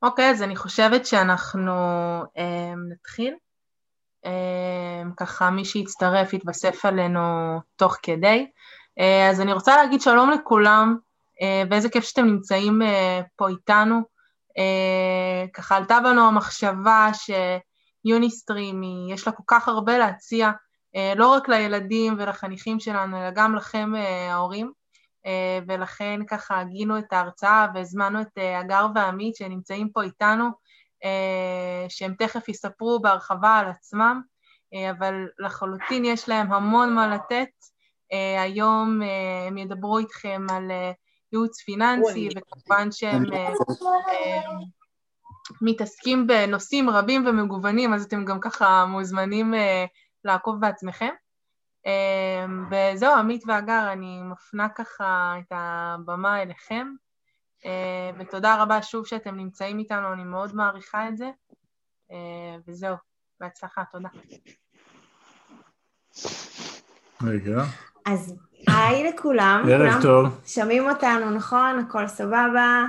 אוקיי, אז אני חושבת שאנחנו נתחיל. ככה מי שיצטרף יתווסף עלינו תוך כדי. אז אני רוצה להגיד שלום לכולם, ואיזה כיף שאתם נמצאים פה איתנו. ככה עלתה בנו המחשבה שיוניסטרים יש לה כל כך הרבה להציע, לא רק לילדים ולחניכים שלנו, אלא גם לכם ההורים. ולכן ככה הגינו את ההרצאה והזמנו את אגר ועמית שנמצאים פה איתנו, שהם תכף יספרו בהרחבה על עצמם, אבל לחלוטין יש להם המון מה לתת. היום הם ידברו איתכם על ייעוץ פיננסי, וכמובן שהם מתעסקים בנושאים רבים ומגוונים, אז אתם גם ככה מוזמנים לעקוב בעצמכם. וזהו, עמית ואגר, אני מפנה ככה את הבמה אליכם, ותודה רבה שוב שאתם נמצאים איתנו, אני מאוד מעריכה את זה, וזהו, בהצלחה, תודה. רגע. אז היי לכולם, ערב טוב. שומעים אותנו, נכון? הכל סבבה?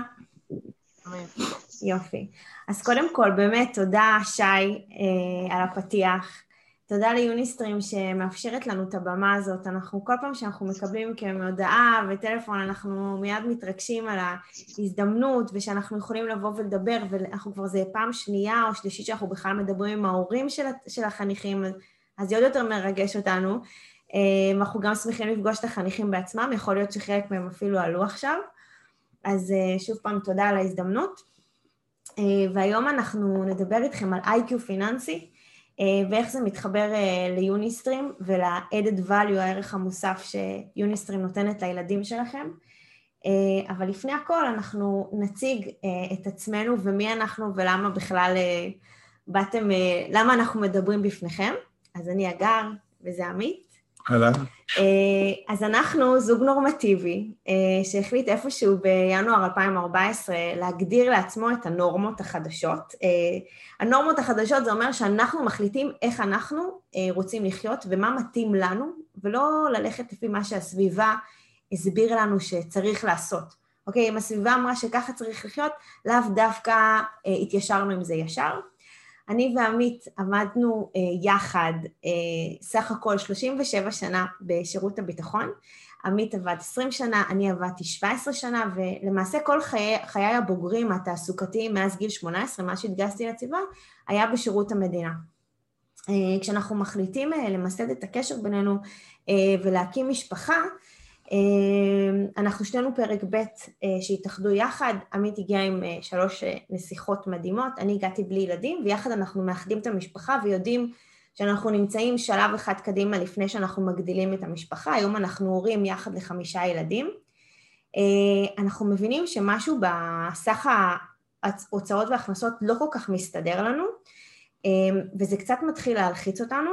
יופי. אז קודם כל, באמת תודה שי על הפתיח. תודה ליוניסטרים שמאפשרת לנו את הבמה הזאת. אנחנו כל פעם שאנחנו מקבלים כהודעה וטלפון, אנחנו מיד מתרגשים על ההזדמנות, ושאנחנו יכולים לבוא ולדבר, ואנחנו כבר זה פעם שנייה או שלישית שאנחנו בכלל מדברים עם ההורים של החניכים, אז זה עוד יותר מרגש אותנו. אנחנו גם שמחים לפגוש את החניכים בעצמם, יכול להיות שחלק מהם אפילו עלו עכשיו, אז שוב פעם תודה על ההזדמנות. והיום אנחנו נדבר איתכם על IQ פיננסי, ואיך זה מתחבר ליוניסטרים ול-added value, הערך המוסף שיוניסטרים נותנת לילדים שלכם. אבל לפני הכל אנחנו נציג את עצמנו ומי אנחנו ולמה בכלל באתם, למה אנחנו מדברים בפניכם. אז אני אגר וזה עמית. אהלן. אז אנחנו זוג נורמטיבי שהחליט איפשהו בינואר 2014 להגדיר לעצמו את הנורמות החדשות. הנורמות החדשות זה אומר שאנחנו מחליטים איך אנחנו רוצים לחיות ומה מתאים לנו, ולא ללכת לפי מה שהסביבה הסביר לנו שצריך לעשות. אוקיי, אם הסביבה אמרה שככה צריך לחיות, לאו דווקא התיישרנו עם זה ישר. אני ועמית עמדנו יחד סך הכל 37 שנה בשירות הביטחון, עמית עבד 20 שנה, אני עבדתי 17 שנה, ולמעשה כל חיי הבוגרים התעסוקתיים מאז גיל 18, מה שהתגייסתי לצבא, היה בשירות המדינה. כשאנחנו מחליטים למסד את הקשר בינינו ולהקים משפחה, אנחנו שנינו פרק ב' שהתאחדו יחד, עמית הגיע עם 3 נסיכות מדהימות, אני הגעתי בלי ילדים, ויחד אנחנו מאחדים את המשפחה ויודעים שאנחנו נמצאים שלב אחד קדימה לפני שאנחנו מגדילים את המשפחה. היום אנחנו הורים יחד ל5 ילדים. אנחנו מבינים שמשהו בסך ההוצאות וההכנסות לא כל כך מסתדר לנו, וזה קצת מתחיל להלחיץ אותנו,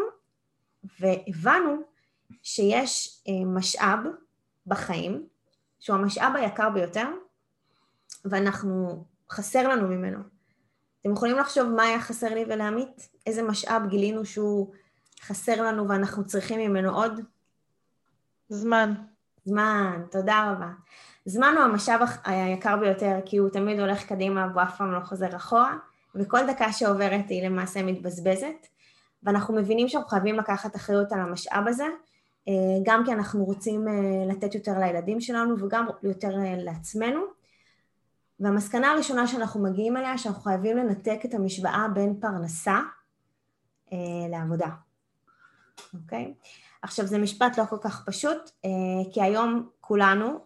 והבנו שיש משאב בחיים, שהוא המשאב היקר ביותר, ואנחנו חסר לנו ממנו. אתם יכולים לחשוב מה היה חסר לי ולעמית? איזה משאב גילינו שהוא חסר לנו ואנחנו צריכים ממנו עוד? זמן. זמן, תודה רבה. זמן הוא המשאב היקר ביותר, כי הוא תמיד הולך קדימה והוא אף פעם לא חוזר אחורה, וכל דקה שעוברת היא למעשה מתבזבזת, ואנחנו מבינים שאנחנו חייבים לקחת אחריות על המשאב הזה, גם כי אנחנו רוצים לתת יותר לילדים שלנו וגם יותר לעצמנו. והמסקנה הראשונה שאנחנו מגיעים אליה, שאנחנו חייבים לנתק את המשוואה בין פרנסה לעבודה. אוקיי? עכשיו זה משפט לא כל כך פשוט, כי היום כולנו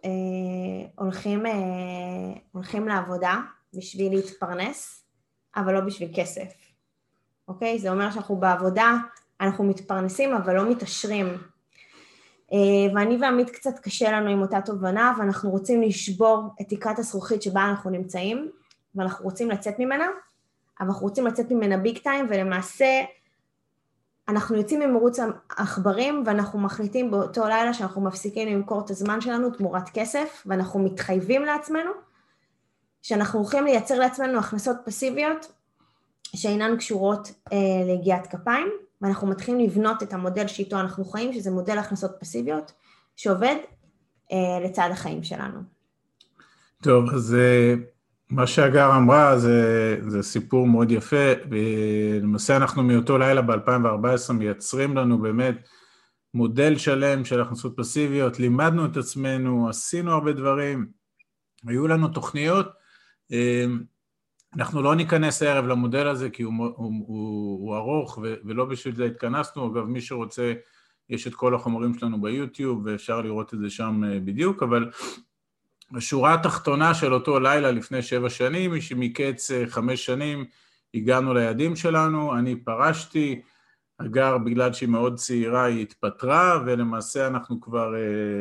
הולכים לעבודה בשביל להתפרנס, אבל לא בשביל כסף. אוקיי? זה אומר שאנחנו בעבודה, אנחנו מתפרנסים אבל לא מתעשרים. ואני ועמית קצת קשה לנו עם אותה תובנה, ואנחנו רוצים לשבור את תקרת הזכוכית שבה אנחנו נמצאים, ואנחנו רוצים לצאת ממנה, אבל אנחנו רוצים לצאת ממנה ביג טיים, ולמעשה אנחנו יוצאים ממרוץ העכברים, ואנחנו מחליטים באותו לילה שאנחנו מפסיקים למכור את הזמן שלנו תמורת כסף, ואנחנו מתחייבים לעצמנו, שאנחנו הולכים לייצר לעצמנו הכנסות פסיביות, שאינן קשורות להגיעת כפיים, ואנחנו מתחילים לבנות את המודל שאיתו אנחנו חיים, שזה מודל הכנסות פסיביות, שעובד לצד החיים שלנו. טוב, אז מה שהגר אמרה זה סיפור מאוד יפה, למעשה אנחנו מאותו לילה ב-2014 מייצרים לנו באמת מודל שלם של הכנסות פסיביות, לימדנו את עצמנו, עשינו הרבה דברים, היו לנו תוכניות, אנחנו לא ניכנס הערב למודל הזה כי הוא ארוך ולא בשביל זה התכנסנו, אגב מי שרוצה יש את כל החומרים שלנו ביוטיוב ואפשר לראות את זה שם בדיוק, אבל השורה התחתונה של אותו לילה לפני 7 שנים, שמקץ 5 שנים הגענו ליעדים שלנו, אני פרשתי, הגר בגלל שהיא מאוד צעירה היא התפטרה, ולמעשה אנחנו כבר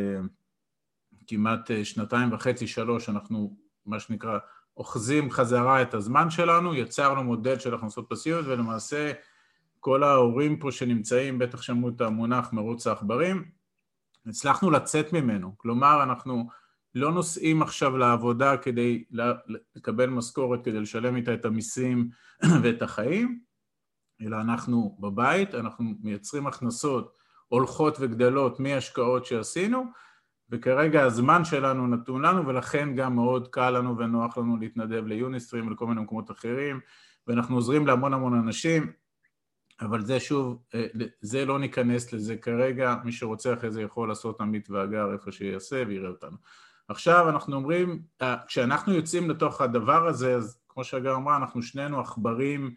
כמעט 2.5-3, אנחנו מה שנקרא אוחזים חזרה את הזמן שלנו, יצרנו מודל של הכנסות פסיביות, ולמעשה כל ההורים פה שנמצאים, בטח שמעו את המונח מרוץ העכברים, הצלחנו לצאת ממנו, כלומר אנחנו לא נוסעים עכשיו לעבודה כדי לקבל משכורת, כדי לשלם איתה את המיסים ואת החיים, אלא אנחנו בבית, אנחנו מייצרים הכנסות הולכות וגדלות מהשקעות שעשינו, וכרגע הזמן שלנו נתון לנו, ולכן גם מאוד קל לנו ונוח לנו להתנדב ליוניסטרים ולכל מיני מקומות אחרים, ואנחנו עוזרים להמון המון אנשים, אבל זה שוב, זה לא ניכנס לזה כרגע, מי שרוצה אחרי זה יכול לעשות עמית והגר איפה שיעשה ויראה אותנו. עכשיו אנחנו אומרים, כשאנחנו יוצאים לתוך הדבר הזה, אז כמו שהגר אמרה, אנחנו שנינו עכברים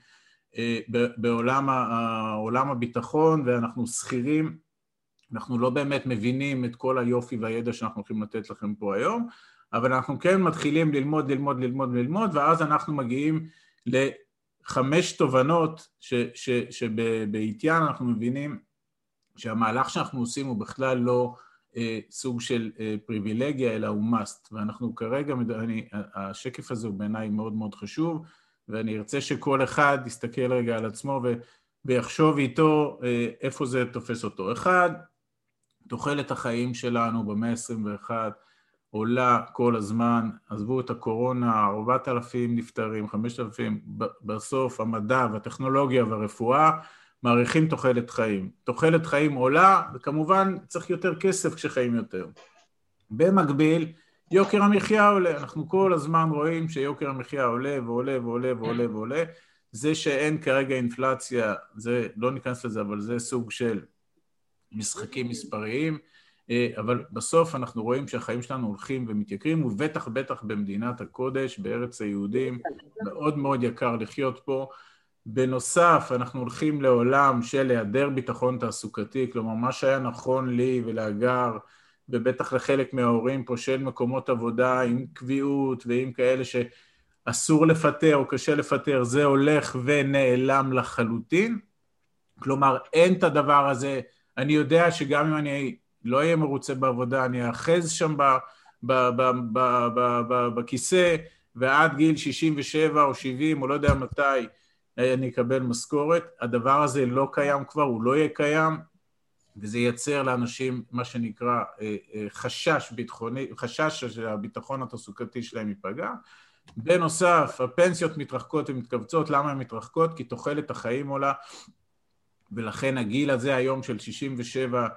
בעולם הביטחון, ואנחנו שכירים, אנחנו לא באמת מבינים את כל היופי והידע שאנחנו הולכים לתת לכם פה היום, אבל אנחנו כן מתחילים ללמוד, ואז אנחנו מגיעים ל5 תובנות שבעתיין אנחנו מבינים שהמהלך שאנחנו עושים הוא בכלל לא סוג של פריבילגיה, אלא הוא must, ואנחנו כרגע, השקף הזה הוא בעיניי מאוד מאוד חשוב, ואני ארצה שכל אחד יסתכל רגע על עצמו ויחשוב איתו איפה זה תופס אותו. אחד, תוחלת החיים שלנו במאה ה-21 עולה כל הזמן, עזבו את הקורונה, 4,000 נפטרים, 5,000, בסוף המדע והטכנולוגיה והרפואה, מעריכים תוחלת חיים. תוחלת חיים עולה, וכמובן צריך יותר כסף כשחיים יותר. במקביל, יוקר המחיה עולה. אנחנו כל הזמן רואים שיוקר המחיה עולה ועולה ועולה ועולה ועולה. זה שאין כרגע אינפלציה, זה לא ניכנס לזה, אבל זה סוג של משחקים מספריים. אבל בסוף אנחנו רואים שהחיים שלנו הולכים ומתייקרים, ובטח במדינת הקודש, בארץ היהודים, מאוד מאוד יקר לחיות פה. בנוסף, אנחנו הולכים לעולם של היעדר ביטחון תעסוקתי, כלומר, מה שהיה נכון לי ולהגר, ובטח לחלק מההורים פה של מקומות עבודה עם קביעות ועם כאלה שאסור לפטר או קשה לפטר, זה הולך ונעלם לחלוטין. כלומר, אין את הדבר הזה. אני יודע שגם אם אני לא אהיה מרוצה בעבודה, אני אאחז שם בכיסא, ועד גיל 67 או 70 או לא יודע מתי, אני אקבל משכורת. הדבר הזה לא קיים כבר, הוא לא יהיה קיים, וזה ייצר לאנשים מה שנקרא חשש ביטחוני, חשש שהביטחון התעסוקתי שלהם ייפגע. בנוסף, הפנסיות מתרחקות ומתכווצות. למה הן מתרחקות? כי תוחלת החיים עולה, ולכן הגיל הזה היום של 67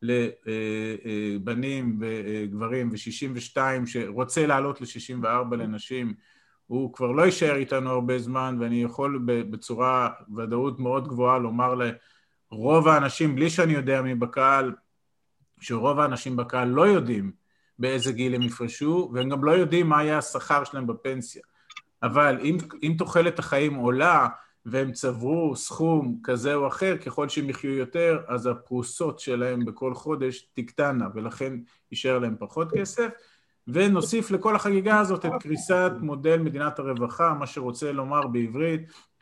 לבנים וגברים, ו62 שרוצה לעלות ל64 לנשים, הוא כבר לא יישאר איתנו הרבה זמן, ואני יכול בצורה ודאות מאוד גבוהה לומר לרוב האנשים, בלי שאני יודע מי בקהל, שרוב האנשים בקהל לא יודעים באיזה גיל הם יפרשו, והם גם לא יודעים מה היה השכר שלהם בפנסיה. אבל אם תוחלת החיים עולה, והם צברו סכום כזה או אחר, ככל שהם יחיו יותר, אז הפרוסות שלהם בכל חודש תקטנה, ולכן יישאר להם פחות כסף. ונוסיף לכל החגיגה הזאת את קריסת מודל מדינת הרווחה, מה שרוצה לומר בעברית,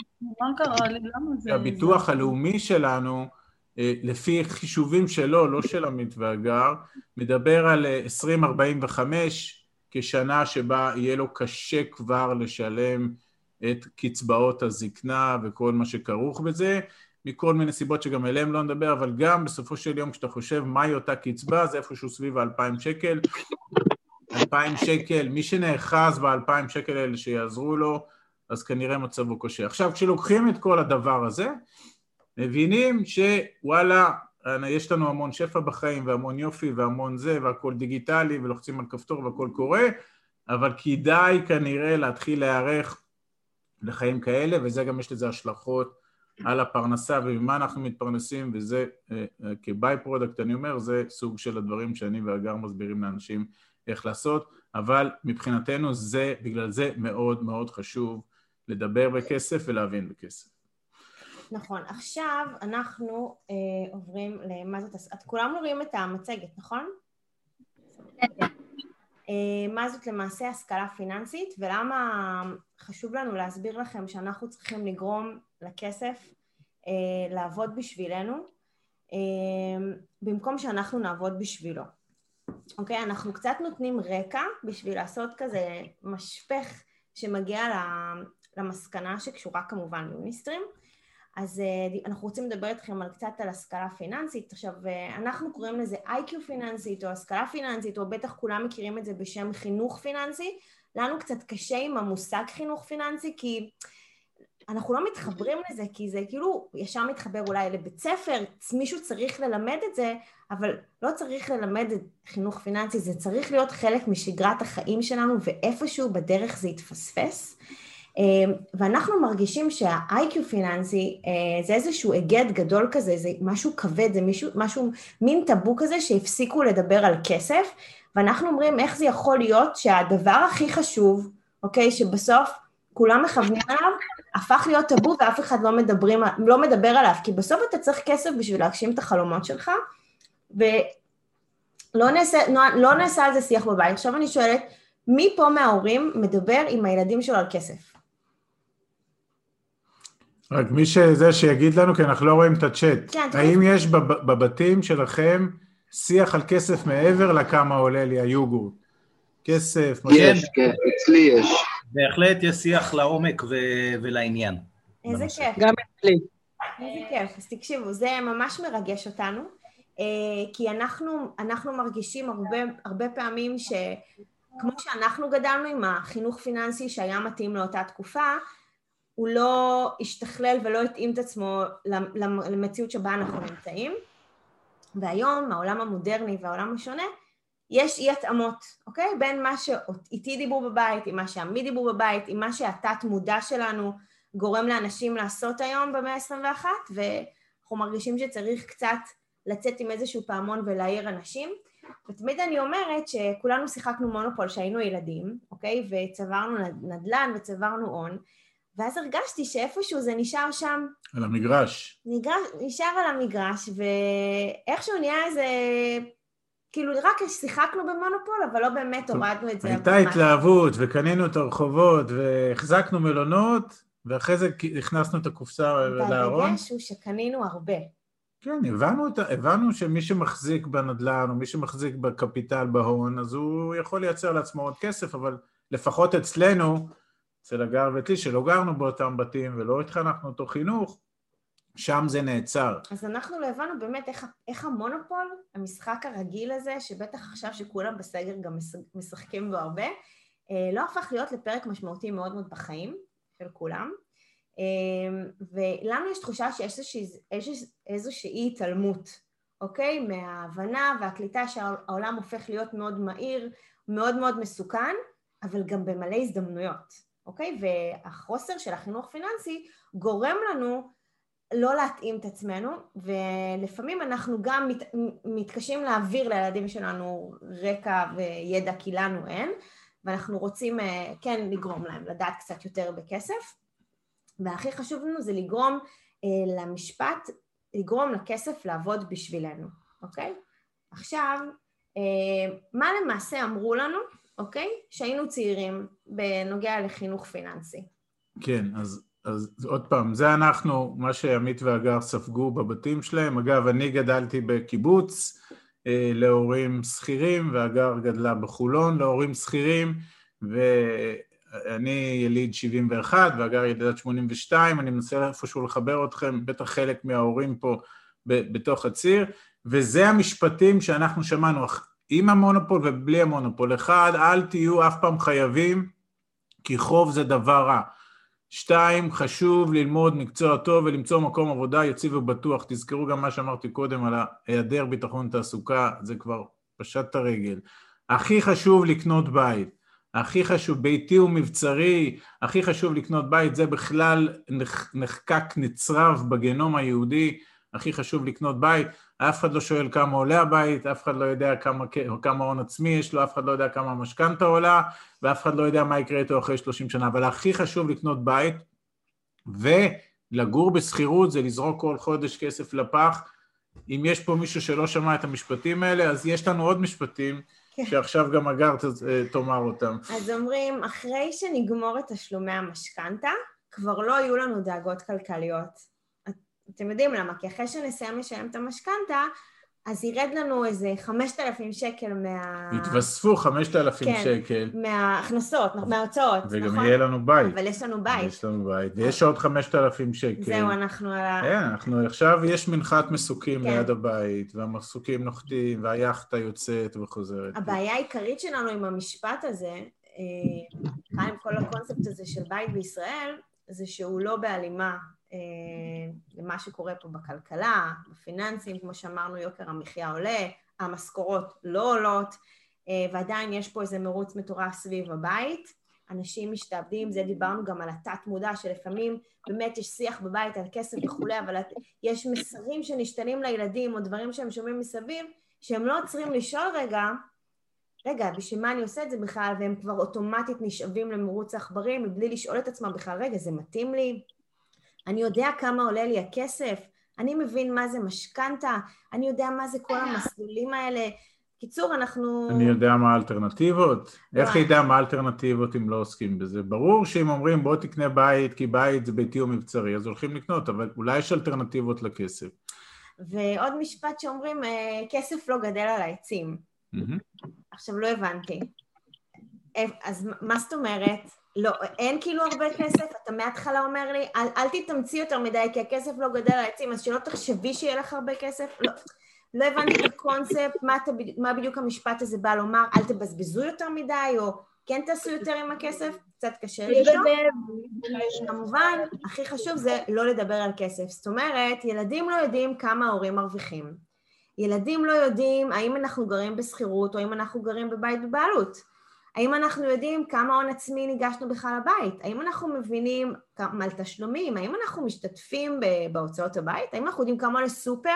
הביטוח הלאומי שלנו, לפי חישובים שלו, לא של עמית והגר, מדבר על 2045 כשנה שבה יהיה לו קשה כבר לשלם את קצבאות הזקנה וכל מה שכרוך בזה, מכל מיני סיבות שגם אליהם לא נדבר, אבל גם בסופו של יום כשאתה חושב מהי אותה קצבה, זה איפשהו סביב 2,000 שקל, 2,000 שקל, מי שנאחז ב2,000 שקל האלה שיעזרו לו, אז כנראה מצבו קשה. עכשיו, כשלוקחים את כל הדבר הזה, מבינים שוואלה, יש לנו המון שפע בחיים, והמון יופי, והמון זה, והכל דיגיטלי, ולוחצים על כפתור והכל קורה, אבל כדאי כנראה להתחיל להיערך לחיים כאלה, וזה גם יש לזה השלכות על הפרנסה וממה אנחנו מתפרנסים, וזה כביי פרודקט אני אומר, זה סוג של הדברים שאני והגר מסבירים לאנשים איך לעשות, אבל מבחינתנו זה, בגלל זה מאוד מאוד חשוב לדבר בכסף ולהבין בכסף. נכון, עכשיו אנחנו עוברים למה זאת, את כולם רואים את המצגת, נכון? מה זאת למעשה השכלה פיננסית, ולמה חשוב לנו להסביר לכם שאנחנו צריכים לגרום לכסף לעבוד בשבילנו, במקום שאנחנו נעבוד בשבילו. אוקיי, אנחנו קצת נותנים רקע בשביל לעשות כזה משפך שמגיע למסקנה שקשורה כמובן ליוניסטרים. אז אנחנו רוצים לדבר איתכם קצת על השכלה פיננסית. עכשיו, אנחנו קוראים לזה IQ פיננסית או השכלה פיננסית, או בטח כולם מכירים את זה בשם חינוך פיננסי. לנו קצת קשה עם המושג חינוך פיננסי, כי אנחנו לא מתחברים לזה, כי זה כאילו ישר מתחבר אולי לבית ספר, מישהו צריך ללמד את זה, אבל לא צריך ללמד את חינוך פיננסי, זה צריך להיות חלק משגרת החיים שלנו, ואיפשהו בדרך זה יתפספס. ואנחנו מרגישים שה-IQ פיננסי זה איזשהו היגד גדול כזה, זה משהו כבד, זה משהו מין טאבו כזה שהפסיקו לדבר על כסף, ואנחנו אומרים איך זה יכול להיות שהדבר הכי חשוב, אוקיי, שבסוף כולם מכוונים עליו, הפך להיות טאבו ואף אחד לא מדבר עליו, כי בסוף אתה צריך כסף בשביל להגשים את החלומות שלך, ולא נעשה על זה שיח בבית. עכשיו אני שואלת, מי פה מההורים מדבר עם הילדים שלו על כסף? רק מי שזה שיגיד לנו, כי אנחנו לא רואים את הצ'אט. כן, האם יש בבתים שלכם שיח על כסף מעבר לכמה עולה לי היוגורט? כסף? יש, כן, אצלי יש. בהחלט יש שיח לעומק ולעניין. איזה כיף. גם אצלי. איזה כיף. אז תקשיבו, זה ממש מרגש אותנו, כי אנחנו מרגישים הרבה פעמים שכמו שאנחנו גדלנו עם החינוך פיננסי שהיה מתאים לאותה תקופה, הוא לא השתכלל ולא התאים את עצמו למציאות שבה אנחנו נמצאים. והיום, העולם המודרני והעולם השונה, יש אי התאמות, אוקיי? בין מה שאיתי דיבור בבית, עם מה שעמי דיבור בבית, עם מה שהתת מודע שלנו גורם לאנשים לעשות היום במאה ה-21, ואנחנו מרגישים שצריך קצת לצאת עם איזשהו פעמון ולהעיר אנשים. ותמיד אני אומרת שכולנו שיחקנו מונופול שהיינו ילדים, אוקיי? וצברנו נדל"ן וצברנו הון, ואז הרגשתי שאיפשהו זה נשאר שם. על המגרש. נשאר על המגרש, ואיכשהו נהיה איזה, כאילו רק שיחקנו במונופול, אבל לא באמת הורדנו את זה. הייתה התלהבות, וקנינו את הרחובות, והחזקנו מלונות, ואחרי זה הכנסנו את הקופסה לארון. והדגש הוא שקנינו הרבה. כן, הבנו שמי שמחזיק בנדל"ן, או מי שמחזיק בקפיטל בהון, אז הוא יכול לייצר לעצמו עוד כסף, אבל לפחות אצלנו, אצל הגר ואצלי, שלא גרנו באותם בתים ולא התחנכנו אותו חינוך, שם זה נעצר. אז אנחנו לא הבנו באמת איך המונופול, המשחק הרגיל הזה, שבטח עכשיו שכולם בסגר גם משחקים בו הרבה, לא הפך להיות לפרק משמעותי מאוד מאוד בחיים של כולם, ולנו יש תחושה שיש איזושהי התעלמות, אוקיי? מההבנה והקליטה שהעולם הופך להיות מאוד מהיר, מאוד מאוד מסוכן, אבל גם במלא הזדמנויות. אוקיי? והחוסר של החינוך פיננסי גורם לנו לא להתאים את עצמנו, ולפעמים אנחנו גם מתקשים להעביר לילדים שלנו רקע וידע כי לנו אין, ואנחנו רוצים כן לגרום להם לדעת קצת יותר בכסף, והכי חשוב לנו זה לגרום לכסף לעבוד בשבילנו, אוקיי? עכשיו, מה למעשה אמרו לנו? אוקיי? שהיינו צעירים בנוגע לחינוך פיננסי. כן, אז עוד פעם, זה אנחנו, מה שעמית והגר ספגו בבתים שלהם. אגב, אני גדלתי בקיבוץ להורים שכירים, והגר גדלה בחולון להורים שכירים, ואני יליד 71, והגר ילידת 82, אני מנסה איפשהו לחבר אתכם, בטח חלק מההורים פה בתוך הציר, וזה המשפטים שאנחנו שמענו, עם המונופול ובלי המונופול. אחד, אל תהיו אף פעם חייבים, כי חוב זה דבר רע. 2, חשוב ללמוד מקצוע טוב ולמצוא מקום עבודה יציב ובטוח. תזכרו גם מה שאמרתי קודם על היעדר ביטחון תעסוקה, זה כבר פשט את הרגל. הכי חשוב לקנות בית. הכי חשוב, ביתי ומבצרי, הכי חשוב לקנות בית, זה בכלל נחקק נצרב בגנום היהודי, הכי חשוב לקנות בית, אף אחד לא שואל כמה עולה הבית, אף אחד לא יודע כמה הון עצמי יש לו, אף אחד לא יודע כמה המשכנתא עולה, ואף אחד לא יודע מה יקרה איתו אחרי 30 שנה, אבל הכי חשוב לקנות בית, ולגור בסחירות זה לזרוק כל חודש כסף לפח. אם יש פה מישהו שלא שמע את המשפטים האלה, אז יש לנו עוד משפטים, שעכשיו גם אגר תאמר אותם. אז אומרים, אחרי שנגמור את תשלומי המשכנתא, כבר לא יהיו לנו דאגות כלכליות. אתם יודעים למה? כי אחרי שנסיים לשלם את המשכנתא, אז ירד לנו איזה 5,000 שקל התווספו 5,000 שקל. מההכנסות, מההוצאות. וגם יהיה לנו בית. אבל יש לנו בית. יש לנו בית, ויש עוד 5,000 שקל. זהו, אנחנו על אנחנו עכשיו יש מנחת מסוקים ליד הבית, והמסוקים נוחתים, והיחטה יוצאת וחוזרת. הבעיה העיקרית שלנו עם המשפט הזה, עם כל הקונספט הזה של בית בישראל, זה שהוא לא בהלימה למה שקורה פה בכלכלה, בפיננסים, כמו שאמרנו, יוקר המחיה עולה, המשכורות לא עולות, ועדיין יש פה איזה מרוץ מטורף סביב הבית, אנשים משתעבדים, זה דיברנו גם על התת מודע, שלפעמים באמת יש שיח בבית על כסף וכולי, אבל יש מסרים שנשתנים לילדים, או דברים שהם שומעים מסביב, שהם לא עוצרים לשאול רגע, בשביל מה אני עושה את זה בכלל, והם כבר אוטומטית נשאבים למרוץ העכברים, מבלי לשאול את עצמם בכלל, רגע, זה מתאים לי? אני יודע כמה עולה לי הכסף, אני מבין מה זה משכנתא, אני יודע מה זה כל המסלולים האלה. קיצור, אני יודע מה האלטרנטיבות. איך ידע מה האלטרנטיבות אם לא עוסקים בזה? ברור שאם אומרים בוא תקנה בית, כי בית זה ביתי ומבצרי, אז הולכים לקנות, אבל אולי יש אלטרנטיבות לכסף. ועוד משפט שאומרים, כסף לא גדל על העצים. עכשיו לא הבנתי. אז מה זאת אומרת? לא, אין כאילו הרבה כסף, אתה מההתחלה אומר לי, אל תתאמצי יותר מדי, כי הכסף לא גדל על העצים, אז שלא תחשבי שיהיה לך הרבה כסף. לא הבנתי את הקונספט, מה בדיוק המשפט הזה בא לומר, אל תבזבזו יותר מדי, או כן תעשו יותר עם הכסף, קצת קשה לי איתו. כמובן, הכי חשוב זה לא לדבר על כסף. זאת אומרת, ילדים לא יודעים כמה ההורים מרוויחים. ילדים לא יודעים האם אנחנו גרים בסחירות, או האם אנחנו גרים בבית בבעלות. האם אנחנו יודעים כמה הון עצמי ניגשנו בכלל לבית? האם אנחנו מבינים על תשלומים? האם אנחנו משתתפים בהוצאות הבית? האם אנחנו יודעים כמה לסופר?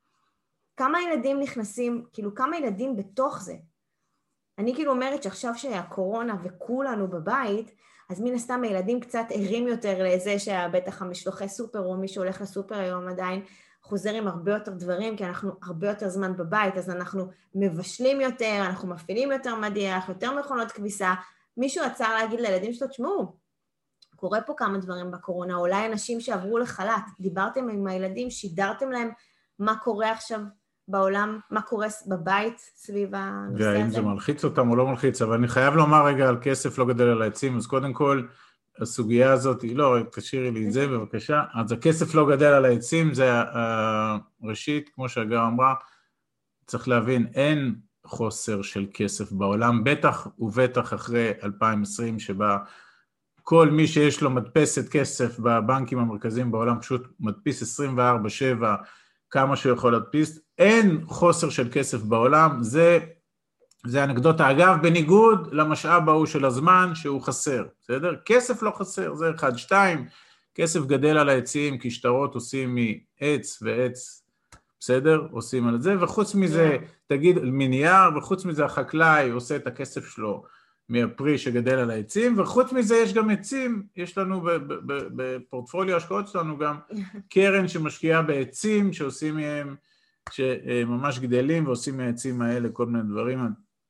כמה ילדים נכנסים, כאילו כמה ילדים בתוך זה? אני כאילו אומרת שעכשיו שהקורונה וכולנו בבית, אז מן הסתם הילדים קצת ערים יותר לזה שבטח המשלוחי סופר או מי שהולך לסופר היום עדיין חוזר עם הרבה יותר דברים, כי אנחנו הרבה יותר זמן בבית, אז אנחנו מבשלים יותר, אנחנו מפעילים יותר מדיח, יותר מכונות כביסה. מישהו עצר להגיד לילדים שלו, תשמעו, קורה פה כמה דברים בקורונה, אולי אנשים שעברו לחל"ת, דיברתם עם הילדים, שידרתם להם מה קורה עכשיו בעולם, מה קורה בבית סביב הנושא הזה. והאם זה מלחיץ אותם או לא מלחיץ, אבל אני חייב לומר רגע על כסף לא גדל על העצים, אז קודם כל, הסוגיה הזאת, לא, תשאירי לי את זה בבקשה, אז הכסף לא גדל על העצים, זה ראשית, כמו שהגר אמרה, צריך להבין, אין חוסר של כסף בעולם, בטח ובטח אחרי 2020, שבה כל מי שיש לו מדפסת כסף בבנקים המרכזיים בעולם, פשוט מדפיס 24/7, כמה שהוא יכול להדפיס, אין חוסר של כסף בעולם, זה אנקדוטה, אגב, בניגוד למשאב ההוא של הזמן שהוא חסר, בסדר? כסף לא חסר, זה 1, 2, כסף גדל על העצים, כי שטרות עושים מעץ ועץ, בסדר? עושים על זה, וחוץ מזה, תגיד, מנייר, וחוץ מזה החקלאי עושה את הכסף שלו מהפרי שגדל על העצים, וחוץ מזה יש גם עצים, יש לנו בפורטפוליו השקעות שלנו גם קרן שמשקיעה בעצים, שעושים מהם, שממש גדלים ועושים מהעצים האלה כל מיני דברים,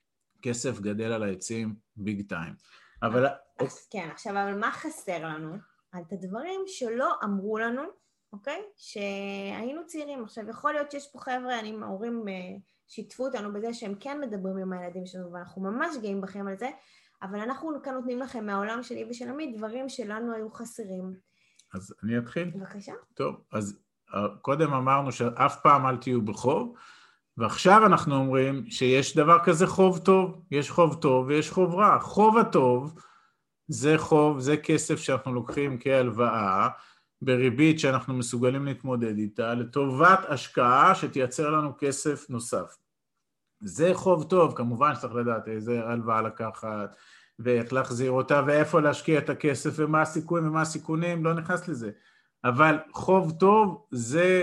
כסף גדל על העצים ביג טיים. אבל כן, עכשיו, אבל מה חסר לנו? על את הדברים שלא אמרו לנו, אוקיי? שהיינו צעירים. עכשיו, יכול להיות שיש פה חבר'ה, ההורים שיתפו אותנו בזה שהם כן מדברים עם הילדים שלנו, ואנחנו ממש גאים בכם על זה, אבל אנחנו כאן נותנים לכם מהעולם שלי ושל עמית, דברים שלנו היו חסרים. אז אני אתחיל? בבקשה. טוב, אז קודם אמרנו שאף פעם אל תהיו בחוב, ועכשיו אנחנו אומרים שיש דבר כזה חוב טוב, יש חוב טוב ויש חוב רע. חוב הטוב זה חוב, זה כסף שאנחנו לוקחים כהלוואה, בריבית שאנחנו מסוגלים להתמודד איתה, לטובת השקעה שתייצר לנו כסף נוסף. זה חוב טוב, כמובן שצריך לדעת איזה הלוואה לקחת, ואיך להחזיר אותה, ואיפה להשקיע את הכסף, ומה הסיכויים ומה הסיכונים, לא נכנס לזה. אבל חוב טוב זה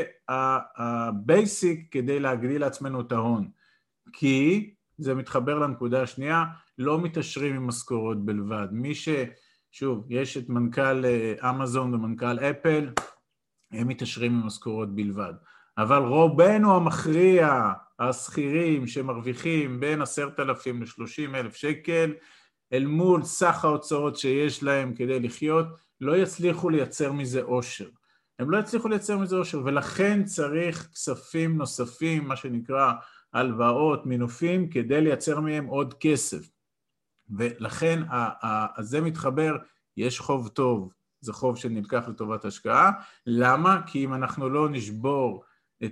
הבייסיק כדי להגדיל לעצמנו את ההון. כי זה מתחבר לנקודה השנייה, לא מתעשרים עם משכורות בלבד. מי שוב, יש את מנכ"ל אמזון ומנכ"ל אפל, הם מתעשרים עם משכורות בלבד. אבל רובנו המכריע, השכירים שמרוויחים בין 10,000 ל-30,000 שקל, אל מול סך ההוצאות שיש להם כדי לחיות, לא יצליחו לייצר מזה עושר. הם לא יצליחו לייצר מזה עושר, ולכן צריך כספים נוספים, מה שנקרא הלוואות, מינופים, כדי לייצר מהם עוד כסף. ולכן זה מתחבר, יש חוב טוב, זה חוב שנלקח לטובת השקעה. למה? כי אם אנחנו לא נשבור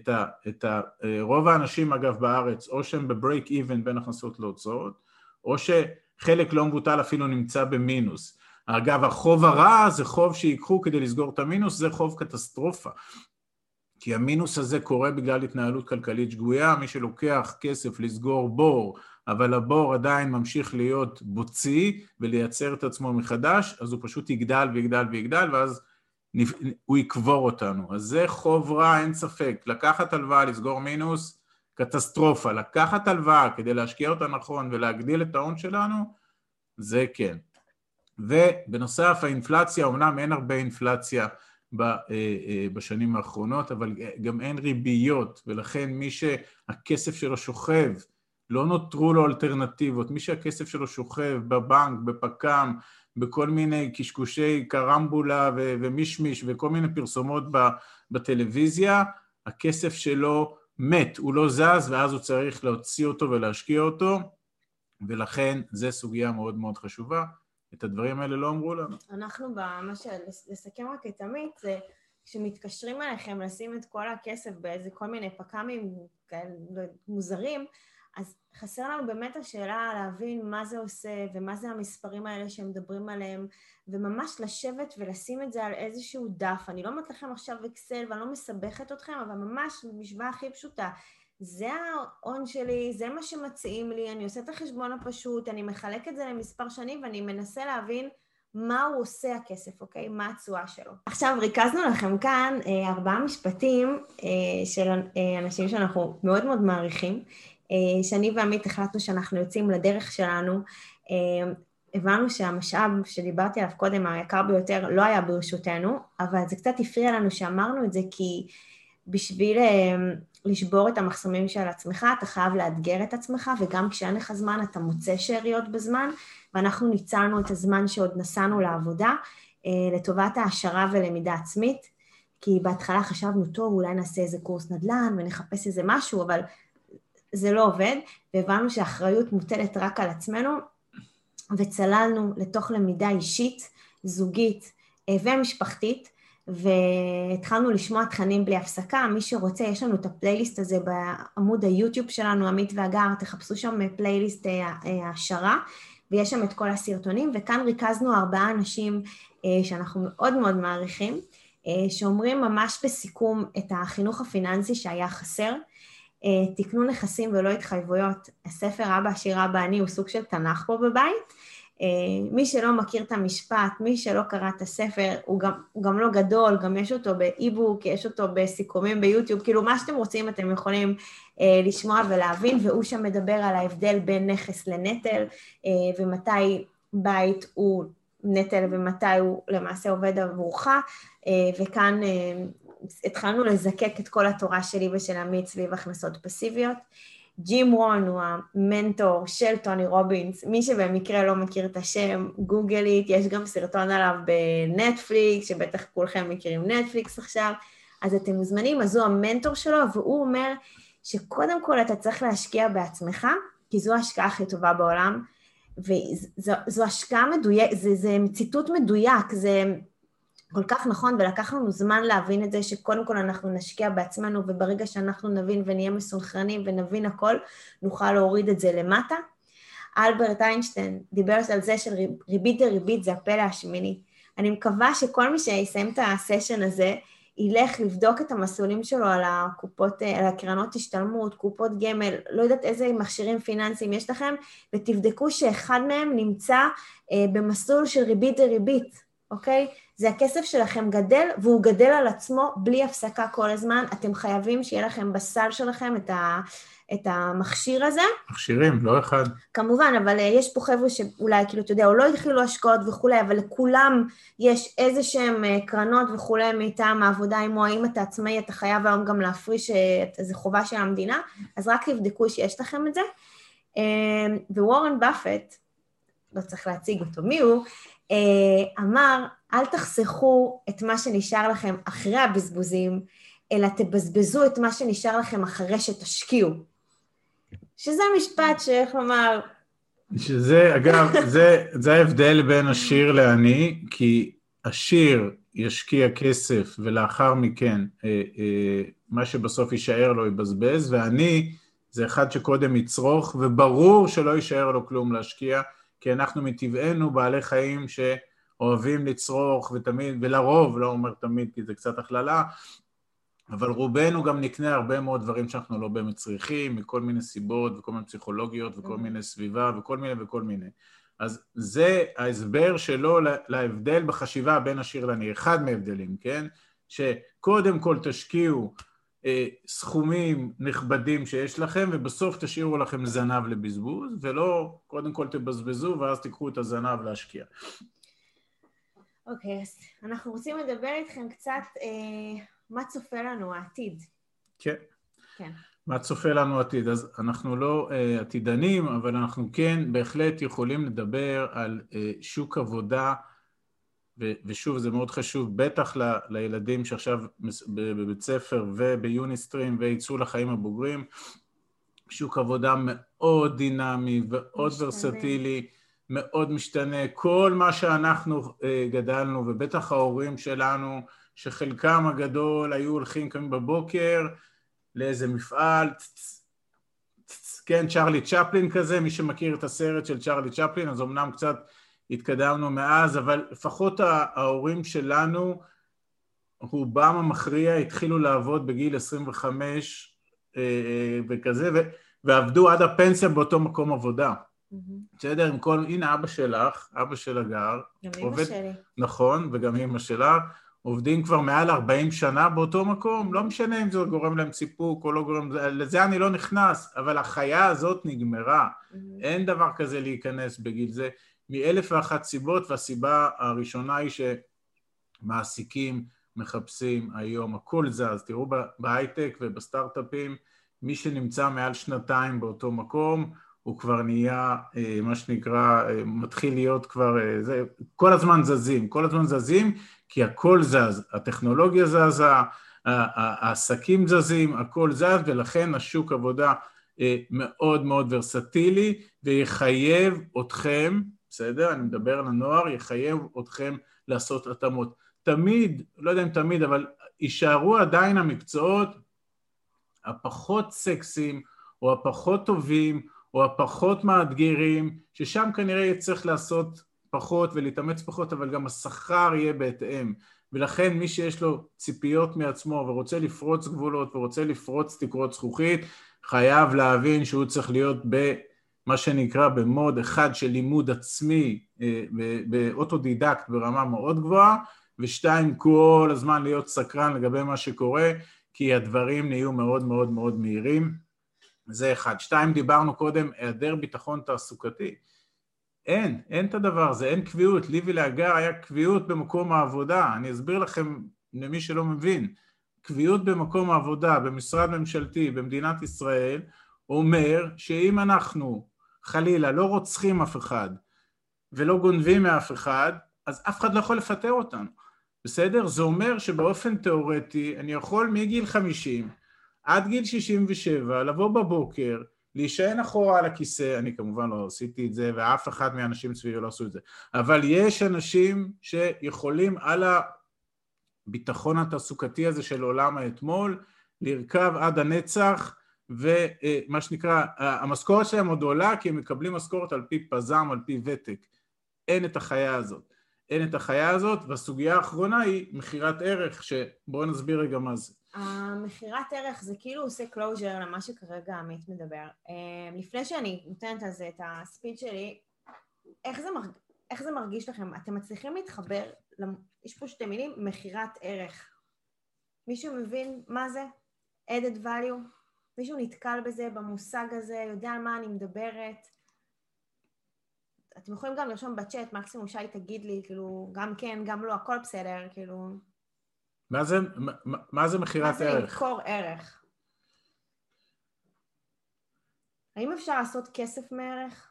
רוב האנשים אגב בארץ, או שהם בברייק איבן בין הכנסות להוצאות, או שחלק לא מבוטל אפילו נמצא במינוס. אגב, החוב הרע זה חוב שיקחו כדי לסגור את המינוס, זה חוב קטסטרופה. כי המינוס הזה קורה בגלל התנהלות כלכלית שגויה, מי שלוקח כסף לסגור בור, אבל הבור עדיין ממשיך להיות בוצי ולייצר את עצמו מחדש, אז הוא פשוט יגדל ויגדל ויגדל, ואז הוא יקבור אותנו. אז זה חוב רע, אין ספק. לקחת הלוואה, לסגור מינוס, קטסטרופה. לקחת הלוואה כדי להשקיע אותה נכון ולהגדיל את ההון שלנו, זה כן. ובנוסף, האינפלציה, אומנם אין הרבה אינפלציה בשנים האחרונות, אבל גם אין ריביות, ולכן מי שהכסף שלו שוכב, לא נותרו לו אלטרנטיבות, מי שהכסף שלו שוכב בבנק, בפקם, בכל מיני קשקושי קרמבולה ומישמיש וכל מיני פרסומות בטלוויזיה, הכסף שלו מת, הוא לא זז, ואז הוא צריך להוציא אותו ולהשקיע אותו, ולכן זה סוגיה מאוד מאוד חשובה. את הדברים האלה לא אמרו לנו. אנחנו לסכם רק את עמית, זה כשמתקשרים אליכם לשים את כל הכסף באיזה כל מיני פקמים מוזרים, אז חסר לנו באמת השאלה להבין מה זה עושה ומה זה המספרים האלה שמדברים עליהם, וממש לשבת ולשים את זה על איזשהו דף. אני לא אומרת לכם עכשיו אקסל ואני לא מסבכת אתכם, אבל ממש משוואה הכי פשוטה. זה ההון שלי, זה מה שמציעים לי, אני עושה את החשבון הפשוט, אני מחלק את זה למספר שנים ואני מנסה להבין מה הוא עושה הכסף, אוקיי? מה התשואה שלו. עכשיו ריכזנו לכם כאן 4 משפטים של אנשים שאנחנו מאוד מאוד מעריכים, שאני ועמית החלטנו שאנחנו יוצאים לדרך שלנו, הבנו שהמשאב שדיברתי עליו קודם, היקר ביותר, לא היה ברשותנו, אבל זה קצת הפריע לנו שאמרנו את זה, כי בשביל לשבור את המחסומים של עצמך, אתה חייב לאתגר את עצמך, וגם כשאין לך זמן אתה מוצא שאריות בזמן, ואנחנו ניצלנו את הזמן שעוד נסענו לעבודה, לטובת העשרה ולמידה עצמית, כי בהתחלה חשבנו, טוב, אולי נעשה איזה קורס נדל"ן ונחפש איזה משהו, אבל זה לא עובד, והבנו שהאחריות מוטלת רק על עצמנו, וצללנו לתוך למידה אישית, זוגית ומשפחתית, והתחלנו לשמוע תכנים בלי הפסקה. מי שרוצה, יש לנו את הפלייליסט הזה בעמוד היוטיוב שלנו, עמית ואגר, תחפשו שם פלייליסט העשרה, ויש שם את כל הסרטונים, וכאן ריכזנו 4 אנשים שאנחנו מאוד מאוד מעריכים, שאומרים ממש בסיכום את החינוך הפיננסי שהיה חסר, תקנו נכסים ולא התחייבויות. הספר אבא עשיר אבא אני הוא סוג של תנ"ך פה בבית, מי שלא מכיר את המשפט, מי שלא קרא את הספר, הוא גם לא גדול, גם יש אותו באי-בוק, יש אותו בסיכומים ביוטיוב, כאילו מה שאתם רוצים אתם יכולים לשמוע ולהבין, והוא שם מדבר על ההבדל בין נכס לנטל, ומתי בית הוא נטל ומתי הוא למעשה עובד עבורך, וכאן התחלנו לזקק את כל התורה שלי ושל עמית סביב הכנסות פסיביות. ג'ים רון הוא המנטור של טוני רובינס, מי שבמקרה לא מכיר את השם, גוגלית, יש גם סרטון עליו בנטפליקס, שבטח כולכם מכירים נטפליקס עכשיו, אז אתם מוזמנים, אז הוא המנטור שלו, והוא אומר שקודם כל אתה צריך להשקיע בעצמך, כי זו ההשקעה הכי טובה בעולם, וזו השקעה מדויק, זה ציטוט מדויק, זה כל כך נכון, ולקח לנו זמן להבין את זה, שקודם כל אנחנו נשקיע בעצמנו, וברגע שאנחנו נבין ונהיה מסונכרנים ונבין הכל, נוכל להוריד את זה למטה. אלברט איינשטיין דיבר על זה של ריבית דריבית, זה הפלא השמיני. אני מקווה שכל מי שיסיים את הסשן הזה, ילך לבדוק את המסלולים שלו על הקופות, על הקרנות השתלמות, קופות גמל, לא יודעת איזה מכשירים פיננסיים יש לכם, ותבדקו שאחד מהם נמצא במסלול של ריבית דריבית, אוקיי? זה הכסף שלכם גדל, והוא גדל על עצמו בלי הפסקה כל הזמן, אתם חייבים שיהיה לכם בסל שלכם את המכשיר הזה. מכשירים, לא אחד. כמובן, אבל יש פה חבר'ה שאולי, כאילו, אתה יודע, או לא התחילו השקעות וכולי, אבל לכולם יש איזה שהם קרנות וכולי מטעם העבודה, אם או האם אתה עצמאי, אתה חייב היום גם להפריש, זה חובה של המדינה, אז רק תבדקו שיש לכם את זה. ווורן באפט, לא צריך להציג אותו מי הוא, אמר, אל תחסכו את מה שנשאר לכם אחרי הבזבוזים, אלא תבזבזו את מה שנשאר לכם אחרי שתשקיעו. שזה משפט שאיך לומר... שזה, אגב, זה ההבדל בין עשיר לעני, כי עשיר ישקיע כסף, ולאחר מכן, מה שבסוף יישאר לו יבזבז, ועני זה אחד שקודם יצרוך, וברור שלא יישאר לו כלום להשקיע, כי אנחנו מטבענו בעלי חיים שאוהבים לצרוך, ותמיד, ולרוב, לא אומר תמיד, כי זה קצת הכללה, אבל רובנו גם נקנה הרבה מאוד דברים שאנחנו לא באמת צריכים, מכל מיני סיבות, וכל מיני פסיכולוגיות, וכל מיני סביבה, וכל מיני. אז זה ההסבר שלו להבדל בחשיבה בין עשיר לעני, אחד מהבדלים, כן? שקודם כל תשקיעו סכומים נכבדים שיש לכם, ובסוף תשאירו לכם זנב לבזבוז, ולא קודם כל תבזבזו, ואז תיקחו את הזנב להשקיע. אוקיי, אז אנחנו רוצים לדבר איתכם קצת... מה צופה לנו העתיד? כן. כן. מה צופה לנו העתיד? אז אנחנו לא עתידנים, אבל אנחנו כן בהחלט יכולים לדבר על שוק עבודה, ושוב זה מאוד חשוב, בטח לילדים שעכשיו בבית ספר וביוניסטרים ויצאו לחיים הבוגרים, שוק עבודה מאוד דינמי ועוד ורסטילי, מאוד משתנה, כל מה שאנחנו גדלנו, ובטח ההורים שלנו, שחלקם הגדול היו הולכים קמים בבוקר לאיזה מפעל, כן, צ'רלי צ'פלין כזה, מי שמכיר את הסרט של צ'רלי צ'פלין, אז אמנם קצת התקדמנו מאז, אבל לפחות ההורים שלנו, רובם המכריע, התחילו לעבוד בגיל 25 וכזה, ועבדו עד הפנסיה באותו מקום עבודה. בסדר, עם כל, הנה אבא שלך, אבא של הגר, גם אמא שלי. נכון, וגם אמא שלך, עובדים כבר מעל 40 שנה באותו מקום, לא משנה אם זה גורם להם סיפוק או לא גורם, לזה אני לא נכנס, אבל החיה הזאת נגמרה, אין דבר כזה להיכנס בגיל זה, מאלף ואחת סיבות, והסיבה הראשונה היא שמעסיקים מחפשים היום, הכל זז, תראו בהייטק ובסטארט-אפים, מי שנמצא מעל שנתיים באותו מקום, הוא כבר נהיה, מה שנקרא, מתחיל להיות כבר, זה, כל הזמן זזים, כי הכל זז, הטכנולוגיה זזה, העסקים זזים, הכל זז, ולכן השוק עבודה מאוד מאוד ורסטילי, ויחייב אתכם, בסדר, אני מדבר על הנוער, יחייב אתכם לעשות התאמות. תמיד, לא יודע אם תמיד, אבל יישארו עדיין המקצועות הפחות סקסיים, או הפחות טובים, או הפחות מאתגרים, ששם כנראה יצטרך לעשות פחות ולהתאמץ פחות, אבל גם השכר יהיה בהתאם. ולכן מי שיש לו ציפיות מעצמו ורוצה לפרוץ גבולות ורוצה לפרוץ תקרות זכוכית, חייב להבין שהוא צריך להיות במה שנקרא במוד אחד של לימוד עצמי, באוטודידקט ברמה מאוד גבוהה, ושתיים, כל הזמן להיות סקרן לגבי מה שקורה, כי הדברים נהיו מאוד מאוד מאוד מהירים. זה אחד. שתיים, דיברנו קודם, היעדר ביטחון תעסוקתי. אין את הדבר הזה, אין קביעות. לי ולהגר היה קביעות במקום העבודה. אני אסביר לכם, למי שלא מבין, קביעות במקום העבודה, במשרד ממשלתי, במדינת ישראל, אומר שאם אנחנו חלילה לא רוצחים אף אחד, ולא גונבים מאף אחד, אז אף אחד לא יכול לפטר אותנו. בסדר? זה אומר שבאופן תיאורטי, אני יכול מגיל 50, עד גיל 67, לבוא בבוקר, להישען אחורה על הכיסא, אני כמובן לא עשיתי את זה, ואף אחד מהאנשים סביבי לא עשו את זה, אבל יש אנשים שיכולים על הביטחון התעסוקתי הזה של עולם האתמול, לרכב עד הנצח, ומה שנקרא, המשכורת שלהם עוד עולה, כי הם מקבלים משכורת על פי פזם, על פי ותק. אין את החיה הזאת. אין את החיה הזאת, והסוגיה האחרונה היא מחירת ערך, שבואו נסביר רגע מה זה. המחירת ערך זה כאילו עושה קלוז'ר למה שכרגע עמית מדבר. לפני שאני נותנת על זה את הספיד שלי, איך זה מרגיש לכם? אתם מצליחים להתחבר, יש פה שתי מילים, מחירת ערך. מישהו מבין מה זה? added value? מישהו נתקל בזה, במושג הזה, יודע על מה אני מדברת? אתם יכולים גם לרשום בצ'אט, מקסימום שי תגיד לי, כאילו, גם כן, גם לא, הכל בסדר, כאילו... מה זה מחירת ערך? מה זה למכור ערך? האם אפשר לעשות כסף מערך?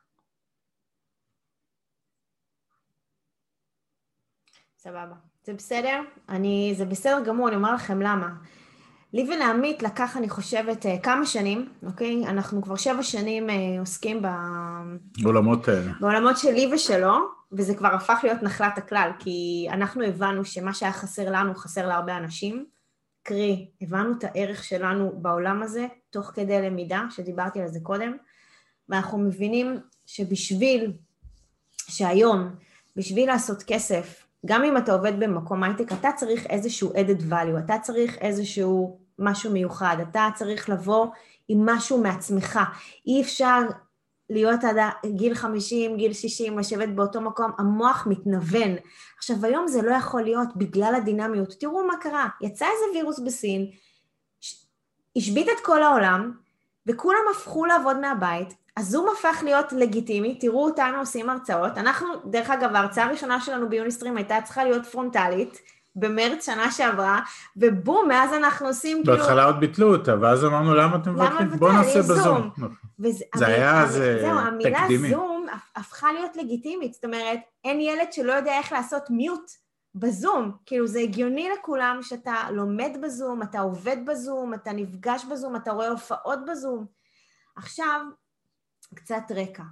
סבבה. זה בסדר? זה בסדר גמור, אני אומר לכם למה. לי ולעמית לקח, אני חושבת, כמה שנים, אוקיי? אנחנו כבר 7 שנים עוסקים בעולמות שלי ושלו, וזה כבר הפך להיות נחלת הכלל, כי אנחנו הבנו שמה שהיה חסר לנו, חסר להרבה אנשים. קרי, הבנו את הערך שלנו בעולם הזה, תוך כדי למידה, שדיברתי על זה קודם, ואנחנו מבינים שבשביל שהיום, בשביל לעשות כסף, גם אם אתה עובד במקום הייטק, אתה צריך איזשהו added value, אתה צריך איזשהו משהו מיוחד, אתה צריך לבוא עם משהו מעצמך. אי אפשר להיות עד גיל 50, גיל 60, לשבת באותו מקום, המוח מתנוון. עכשיו, היום זה לא יכול להיות בגלל הדינמיות. תראו מה קרה, יצא איזה וירוס בסין, השבית את כל העולם, וכולם הפכו לעבוד מהבית, הזום הפך להיות לגיטימי, תראו אותנו עושים הרצאות, אנחנו, דרך אגב, ההרצאה הראשונה שלנו ביוניסטרים הייתה צריכה להיות פרונטלית, במרץ שנה שעברה, ובום, מאז אנחנו עושים כאילו... בהתחלה עוד ביטלו אותה, ואז אמרנו, למה אתם מבטלים? בואו נעשה בזום. זה היה איזה תקדימי. זהו, המילה תקדימי. זום הפכה להיות לגיטימית, זאת אומרת, אין ילד שלא יודע איך לעשות מיוט בזום, כאילו זה הגיוני לכולם שאתה לומד בזום, אתה עובד בזום, אתה נפגש בזום, אתה רואה הופעות בזום. עכשיו, קצת רקע.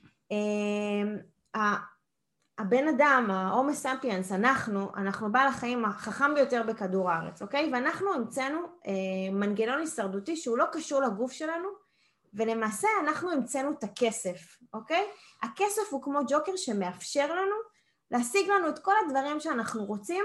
הבן אדם, ההומו ספיאנס, אנחנו בעל החיים החכם ביותר בכדור הארץ, אוקיי? ואנחנו המצאנו מנגנון הישרדותי שהוא לא קשור לגוף שלנו, ולמעשה אנחנו המצאנו את הכסף, אוקיי? הכסף הוא כמו ג'וקר שמאפשר לנו להשיג לנו את כל הדברים שאנחנו רוצים,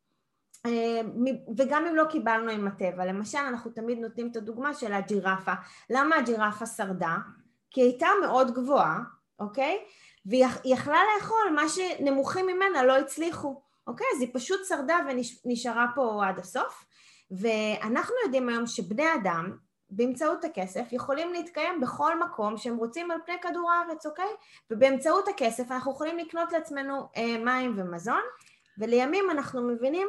וגם אם לא קיבלנו עם הטבע. למשל, אנחנו תמיד נותנים את הדוגמה של הג'ירפה. למה הג'ירפה שרדה? כי היא הייתה מאוד גבוהה, אוקיי? והיא יכלה לאכול מה שנמוכים ממנה לא הצליחו, אוקיי? אז היא פשוט שרדה ונשארה פה עד הסוף, ואנחנו יודעים היום שבני אדם, באמצעות הכסף, יכולים להתקיים בכל מקום שהם רוצים על פני כדור הארץ, אוקיי? ובאמצעות הכסף אנחנו יכולים לקנות לעצמנו מים ומזון, ולימים אנחנו מבינים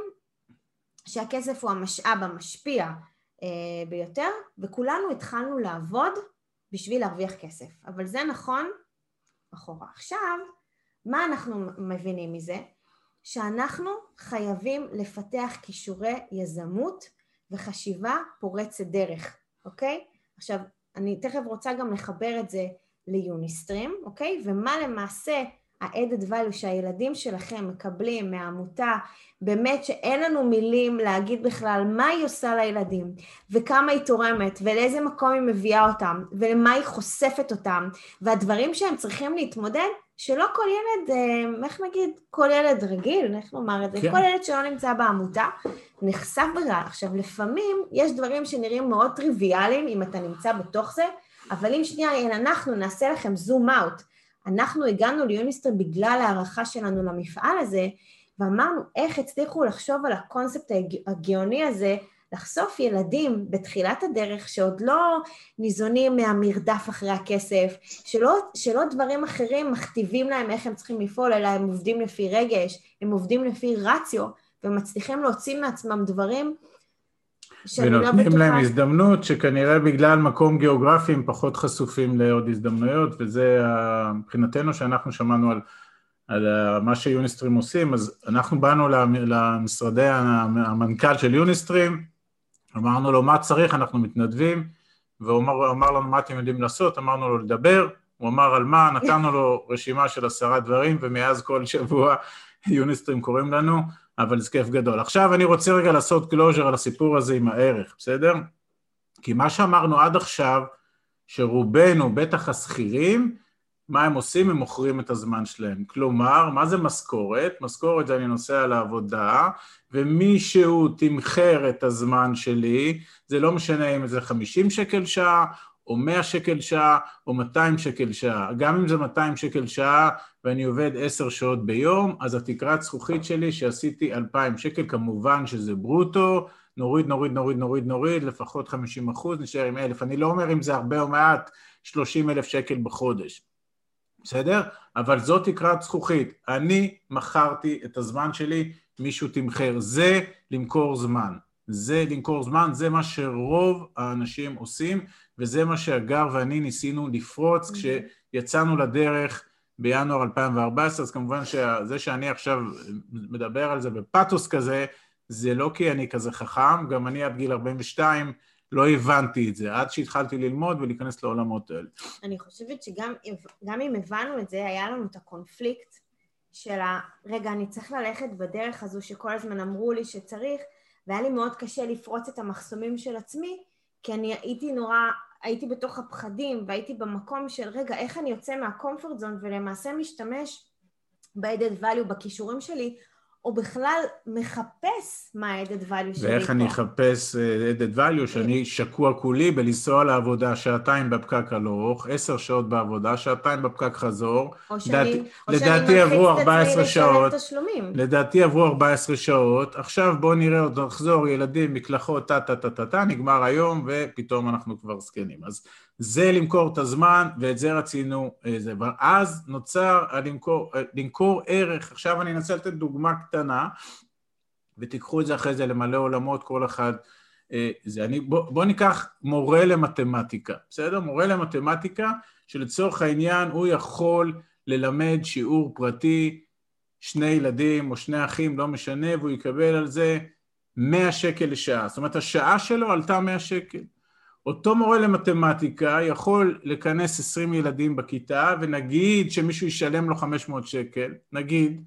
שהכסף הוא המשאב המשפיע ביותר, וכולנו התחלנו לעבוד בשביל להרוויח כסף. אבל זה נכון אחורה. עכשיו, מה אנחנו מבינים מזה? שאנחנו חייבים לפתח כישורי יזמות וחשיבה פורצת דרך, אוקיי? עכשיו, אני תכף רוצה גם לחבר את זה ליוניסטרים, אוקיי? ומה למעשה ה-added value שהילדים שלכם מקבלים מהעמותה, באמת שאין לנו מילים להגיד בכלל מה היא עושה לילדים, וכמה היא תורמת, ולאיזה מקום היא מביאה אותם, ולמה היא חושפת אותם, והדברים שהם צריכים להתמודד, שלא כל ילד, איך נגיד, כל ילד רגיל, איך נאמר את זה, כן. כל ילד שלא נמצא בעמותה, נחשף בכלל. עכשיו, לפעמים יש דברים שנראים מאוד טריוויאליים, אם אתה נמצא בתוך זה, אבל אם שנייה, אנחנו נעשה לכם זום אאוט, אנחנו הגענו ליוניסטרים בגלל הערכה שלנו למפעל הזה, ואמרנו איך הצליחו לחשוב על הקונספט הגאוני הזה, לחשוף ילדים בתחילת הדרך שעוד לא ניזונים מהמרדף אחרי הכסף, שלא דברים אחרים מכתיבים להם איך הם צריכים לפעול, אלא הם עובדים לפי רגש, הם עובדים לפי רציו, ומצליחים להוציא מעצמם דברים ונותנים להם הזדמנות שכנראה בגלל מקום גיאוגרפי הם פחות חשופים לעוד הזדמנויות, וזה מבחינתנו שאנחנו שמענו על מה שיוניסטרים עושים, אז אנחנו באנו למשרדי המנכ"ל של יוניסטרים, אמרנו לו מה צריך, אנחנו מתנדבים, והוא אמר לנו מה אתם יודעים לעשות, אמרנו לו לדבר, הוא אמר על מה, נתנו לו רשימה של 10 דברים, ומאז כל שבוע יוניסטרים קוראים לנו, אבל זה כיף גדול. עכשיו אני רוצה רגע לעשות קלוז'ר על הסיפור הזה עם הערך, בסדר? כי מה שאמרנו עד עכשיו, שרובנו, בטח הסחירים, מה הם עושים? הם מוכרים את הזמן שלהם. כלומר, מה זה משכורת? משכורת זה אני נוסע לעבודה, ומישהו תמחר את הזמן שלי, זה לא משנה אם זה 50 שקל שעה, או 100 שקל שעה, או 200 שקל שעה. גם אם זה 200 שקל שעה, ואני עובד 10 שעות ביום, אז התקרת זכוכית שלי שעשיתי 2,000 שקל, כמובן שזה ברוטו, נוריד, לפחות 50%, נשאר עם 1,000. אני לא אומר אם זה הרבה או מעט, 30,000 שקל בחודש. בסדר? אבל זאת תקרת זכוכית. אני מכרתי את הזמן שלי, מישהו תמחר. זה למכור זמן. זה מה שרוב האנשים עושים, וזה מה שאגר ואני ניסינו לפרוץ כשיצאנו לדרך בינואר 2014, אז כמובן שזה שאני עכשיו מדבר על זה בפאטוס כזה, זה לא כי אני כזה חכם, גם אני עד גיל 42 לא הבנתי את זה, עד שהתחלתי ללמוד ולהיכנס לעולמות האלה. אני חושבת שגם אם הבנו את זה, היה לנו את הקונפליקט של רגע, אני צריך ללכת בדרך הזו שכל הזמן אמרו לי שצריך, והיה לי מאוד קשה לפרוץ את המחסומים של עצמי, כי אני הייתי בתוך הפחדים, והייתי במקום של רגע, איך אני יוצא מהקומפורט זון, ולמעשה משתמש ב-added value בכישורים שלי, או בכלל מחפש מה ה-added value שלי. ואיך אני אחפש added value, שאני שקוע כולי בלנסוע לעבודה, 2 בפקק הלוך, 10 שעות בעבודה, 2 בפקק חזור. או שאני לדעתי עברו 14 שעות. לדעתי עברו 14 שעות. עכשיו בואו נראה עוד נחזור, ילדים, מקלחות, נגמר היום, ופתאום אנחנו כבר זקנים. אז זה למכור את הזמן, ואת זה רצינו, ואז נוצר למכור ערך. עכשיו אני אנסה לתת דוגמה קטנה, ותיקחו את זה אחרי זה למלא עולמות, כל אחד. בוא ניקח מורה למתמטיקה, בסדר? מורה למתמטיקה, שלצורך העניין הוא יכול ללמד שיעור פרטי, 2 ילדים או 2 אחים, לא משנה, והוא יקבל על זה 100 שקל לשעה. זאת אומרת, השעה שלו עלתה 100 שקל. אותו מורה למתמטיקה יכול לכנס 20 ילדים בכיתה, ונגיד שמישהו ישלם לו 500 שקל, נגיד,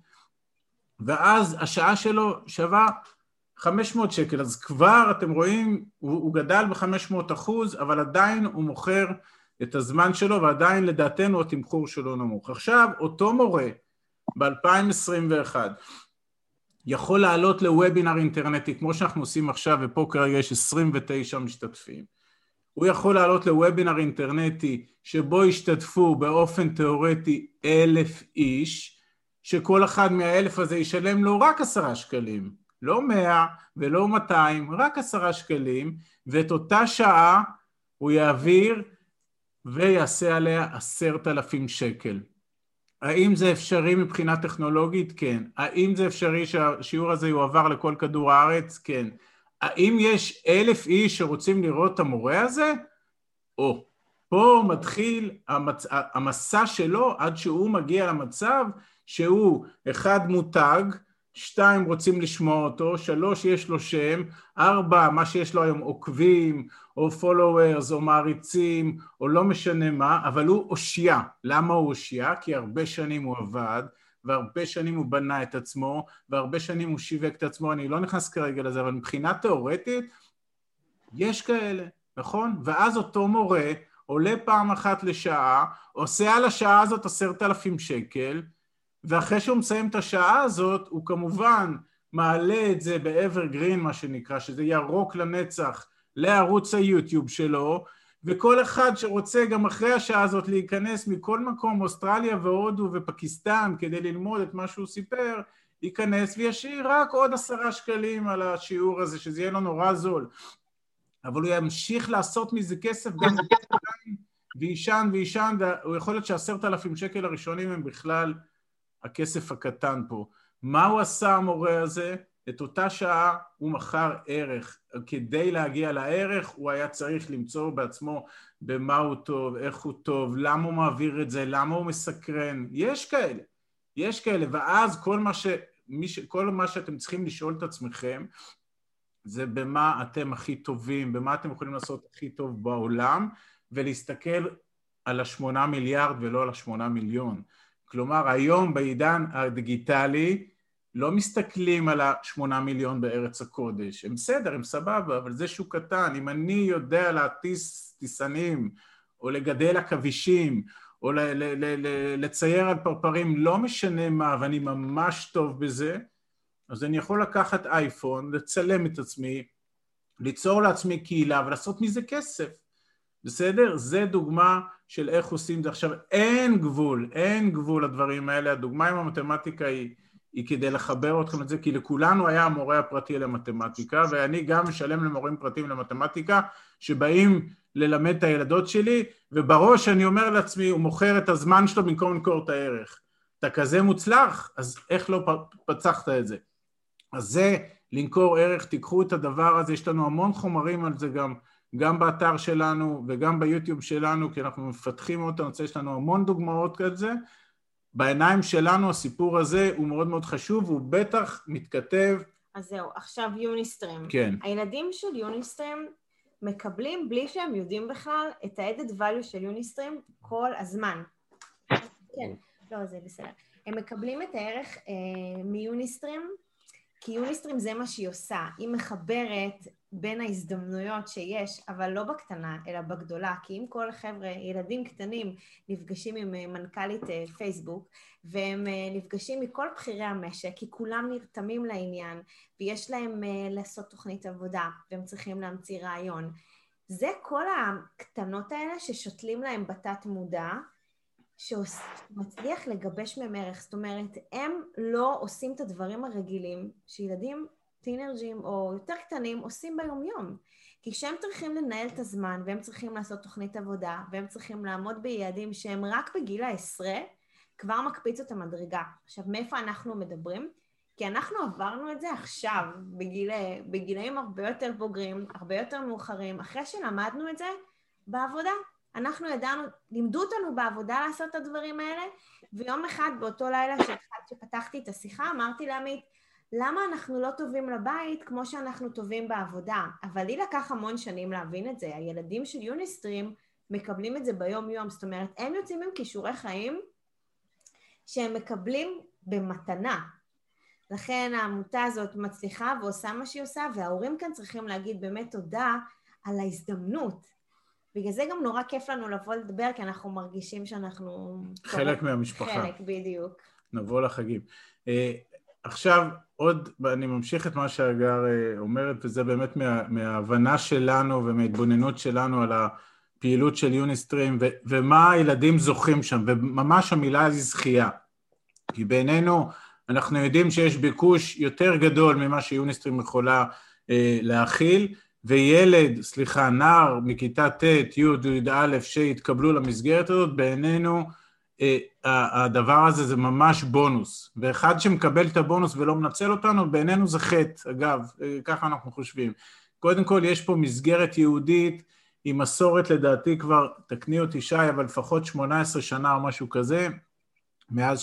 ואז השעה שלו שווה 500 שקל, אז כבר אתם רואים, הוא גדל ב-500%, אבל עדיין הוא מוכר את הזמן שלו, ועדיין לדעתנו התמחור שלו נמוך. עכשיו, אותו מורה ב-2021, יכול לעלות לוובינר אינטרנטי, כמו שאנחנו עושים עכשיו, ופה כרגע יש 29 משתתפים. הוא יכול לעלות לוובינר אינטרנטי, שבו ישתתפו באופן תיאורטי 1,000 איש, שכל אחד מה1,000 הזה ישלם לו רק 10 שקלים, לא 100 ולא 200, רק 10 שקלים, ואת אותה שעה הוא יעביר ויעשה עליה 10,000 שקל. האם זה אפשרי מבחינה טכנולוגית? כן. האם זה אפשרי שהשיעור הזה יועבר לכל כדור הארץ? כן. האם יש 1,000 איש שרוצים לראות את המורה הזה? פה מתחיל המסע שלו עד שהוא מגיע למצב שהוא 1 מותג, 2 רוצים לשמוע אותו, 3 יש לו שם, 4 מה שיש לו היום עוקבים או followers או מעריצים או לא משנה מה, אבל הוא אושייה. למה הוא אושייה? כי הרבה שנים הוא עבד, והרבה שנים הוא בנה את עצמו, והרבה שנים הוא שיווק את עצמו, אני לא נכנס כרגע לזה, אבל מבחינה תיאורטית, יש כאלה, נכון? ואז אותו מורה עולה פעם אחת לשעה, עושה על השעה הזאת 10,000 שקל, ואחרי שהוא מסיים את השעה הזאת, הוא כמובן מעלה את זה ב-evergreen, מה שנקרא, שזה ירוק לנצח, לערוץ היוטיוב שלו, וכל אחד שרוצה גם אחרי השעה הזאת להיכנס מכל מקום, אוסטרליה והודו ופקיסטן, כדי ללמוד את מה שהוא סיפר, ייכנס וישאיר רק עוד 10 שקלים על השיעור הזה, שזה יהיה לו נורא זול. אבל הוא ימשיך לעשות מזה כסף גם וישן, והוא יכול להיות ש10,000 שקל הראשונים הם בכלל הכסף הקטן פה. מה הוא עשה המורה הזה? את אותה שעה הוא מכר ערך. כדי להגיע לערך הוא היה צריך למצוא בעצמו במה הוא טוב, איך הוא טוב, למה הוא מעביר את זה, למה הוא מסקרן. יש כאלה, ואז כל מה שאתם צריכים לשאול את עצמכם, זה במה אתם הכי טובים, במה אתם יכולים לעשות הכי טוב בעולם, ולהסתכל על 8 מיליארד ולא על 8 מיליון. כלומר, היום בעידן הדיגיטלי, לא מסתכלים על 8 מיליון בארץ הקודש. הם בסדר, הם סבבה, אבל זה שוק קטן. אם אני יודע להטיס טיסנים, או לגדל עכבישים, או לצייר על פרפרים, לא משנה מה, ואני ממש טוב בזה, אז אני יכול לקחת אייפון, לצלם את עצמי, ליצור לעצמי קהילה ולעשות מזה כסף. בסדר? זה דוגמה של איך עושים זה. עכשיו, אין גבול לדברים האלה. הדוגמה עם המתמטיקה היא כדי לחבר אתכם את זה, כי לכולנו היה המורה הפרטי למתמטיקה, ואני גם משלם למורים פרטיים למתמטיקה, שבאים ללמד את הילדות שלי, ובראש אני אומר לעצמי, הוא מוכר את הזמן שלו במקום למכור את הערך. אתה כזה מוצלח, אז איך לא פצחת את זה? אז זה למכור ערך, תיקחו את הדבר הזה, יש לנו המון חומרים על זה גם באתר שלנו וגם ביוטיוב שלנו, כי אנחנו מפתחים אותו, יש לנו המון דוגמאות כזה, בעיניים שלנו הסיפור הזה הוא מאוד מאוד חשוב, הוא בטח מתכתב. אז זהו, עכשיו יוניסטרים. כן. הילדים של יוניסטרים מקבלים בלי שהם יודעים בכלל את ה-added value של יוניסטרים כל הזמן. כן, לא, זה בסדר. הם מקבלים את הערך מיוניסטרים, כי יוניסטרים זה מה שהיא עושה, היא מחברת בין ההזדמנויות שיש, אבל לא בקטנה, אלא בגדולה, כי אם כל חבר'ה, ילדים קטנים, נפגשים עם מנכ"לית פייסבוק, והם נפגשים מכל בחירי המשק, כי כולם נרתמים לעניין, ויש להם לעשות תוכנית עבודה, והם צריכים להמציא רעיון. זה כל הקטנות האלה ששותלים להם בתת מודע, שמצליח לגבש מהם ערך, זאת אומרת, הם לא עושים את הדברים הרגילים שילדים טינרג'ים או יותר קטנים עושים ביום-יום. כי כשהם צריכים לנהל את הזמן, והם צריכים לעשות תוכנית עבודה, והם צריכים לעמוד ביעדים שהם רק בגיל ה-10, כבר מקפיץ את המדרגה. עכשיו, מאיפה אנחנו מדברים? כי אנחנו עברנו את זה עכשיו, בגילאים הרבה יותר בוגרים, הרבה יותר מאוחרים, אחרי שלמדנו את זה בעבודה. אנחנו ידענו, לימדו אותנו בעבודה לעשות את הדברים האלה, ויום אחד באותו לילה שפתחתי את השיחה, אמרתי לעמית, למה אנחנו לא טובים לבית כמו שאנחנו טובים בעבודה? אבל לי לקח המון שנים להבין את זה. הילדים של יוניסטרים מקבלים את זה ביום-יום, זאת אומרת, הם יוצאים עם כישורי חיים שהם מקבלים במתנה. לכן העמותה הזאת מצליחה ועושה מה שהיא עושה, וההורים כאן צריכים להגיד באמת תודה על ההזדמנות. בגלל זה גם נורא כיף לנו לבוא לדבר, כי אנחנו מרגישים שאנחנו... חלק מהמשפחה. חלק, בדיוק. נבוא לחגים. עכשיו, עוד, אני ממשיך את מה שהגר אומרת, וזה באמת מההבנה שלנו ומהתבוננות שלנו על הפעילות של יוניסטרים, ומה הילדים זוכים שם, וממש המילה היא זכייה. כי בינינו, אנחנו יודעים שיש ביקוש יותר גדול ממה שיוניסטרים יכולה להכיל, וילד, נער מכיתה ט', י', י"א שהתקבלו למסגרת הזאת, בעינינו הדבר הזה זה ממש בונוס, ואחד שמקבל את הבונוס ולא מנצל אותנו, בעינינו זה חטא, אגב, ככה אנחנו חושבים. קודם כל יש פה מסגרת יהודית, עם מסורת לדעתי כבר, תקני אותי שי, אבל לפחות 18 שנה או משהו כזה, מאז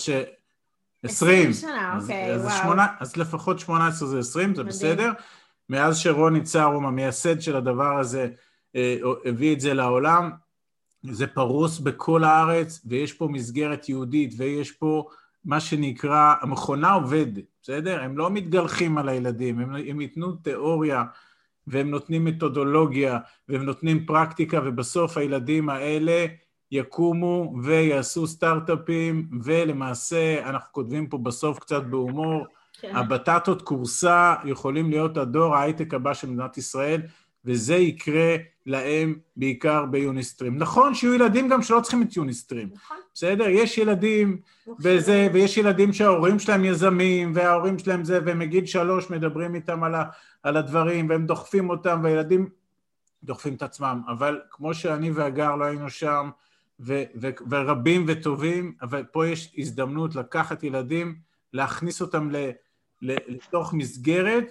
20 שנה, אוקיי, וואו. אז לפחות 18 זה 20, זה בסדר. מאז שרוני צרום, המייסד של הדבר הזה, הביא את זה לעולם, זה פרוס בכל הארץ, ויש פה מסגרת יהודית, ויש פה מה שנקרא, המכונה עובדת, בסדר? הם לא מתגלחים על הילדים, הם ייתנו תיאוריה, והם נותנים מתודולוגיה, והם נותנים פרקטיקה, ובסוף הילדים האלה יקומו ויעשו סטארט-אפים, ולמעשה אנחנו כותבים פה בסוף קצת בהומור, הבטטות קורסה יכולים להיות הדור ההייטק הבא של מדינת ישראל, וזה יקרה להם בעיקר ביוניסטרים. נכון שיהיו ילדים גם שלא צריכים את יוניסטרים, נכון. בסדר? יש ילדים בזה, ויש ילדים שההורים שלהם יזמים, וההורים שלהם זה, והם מגיל 3 מדברים איתם על הדברים, והם דוחפים אותם, והילדים דוחפים את עצמם. אבל כמו שאני והגר לא היינו שם, ורבים וטובים, אבל פה יש הזדמנות לקחת ילדים, להכניס אותם לתוך מסגרת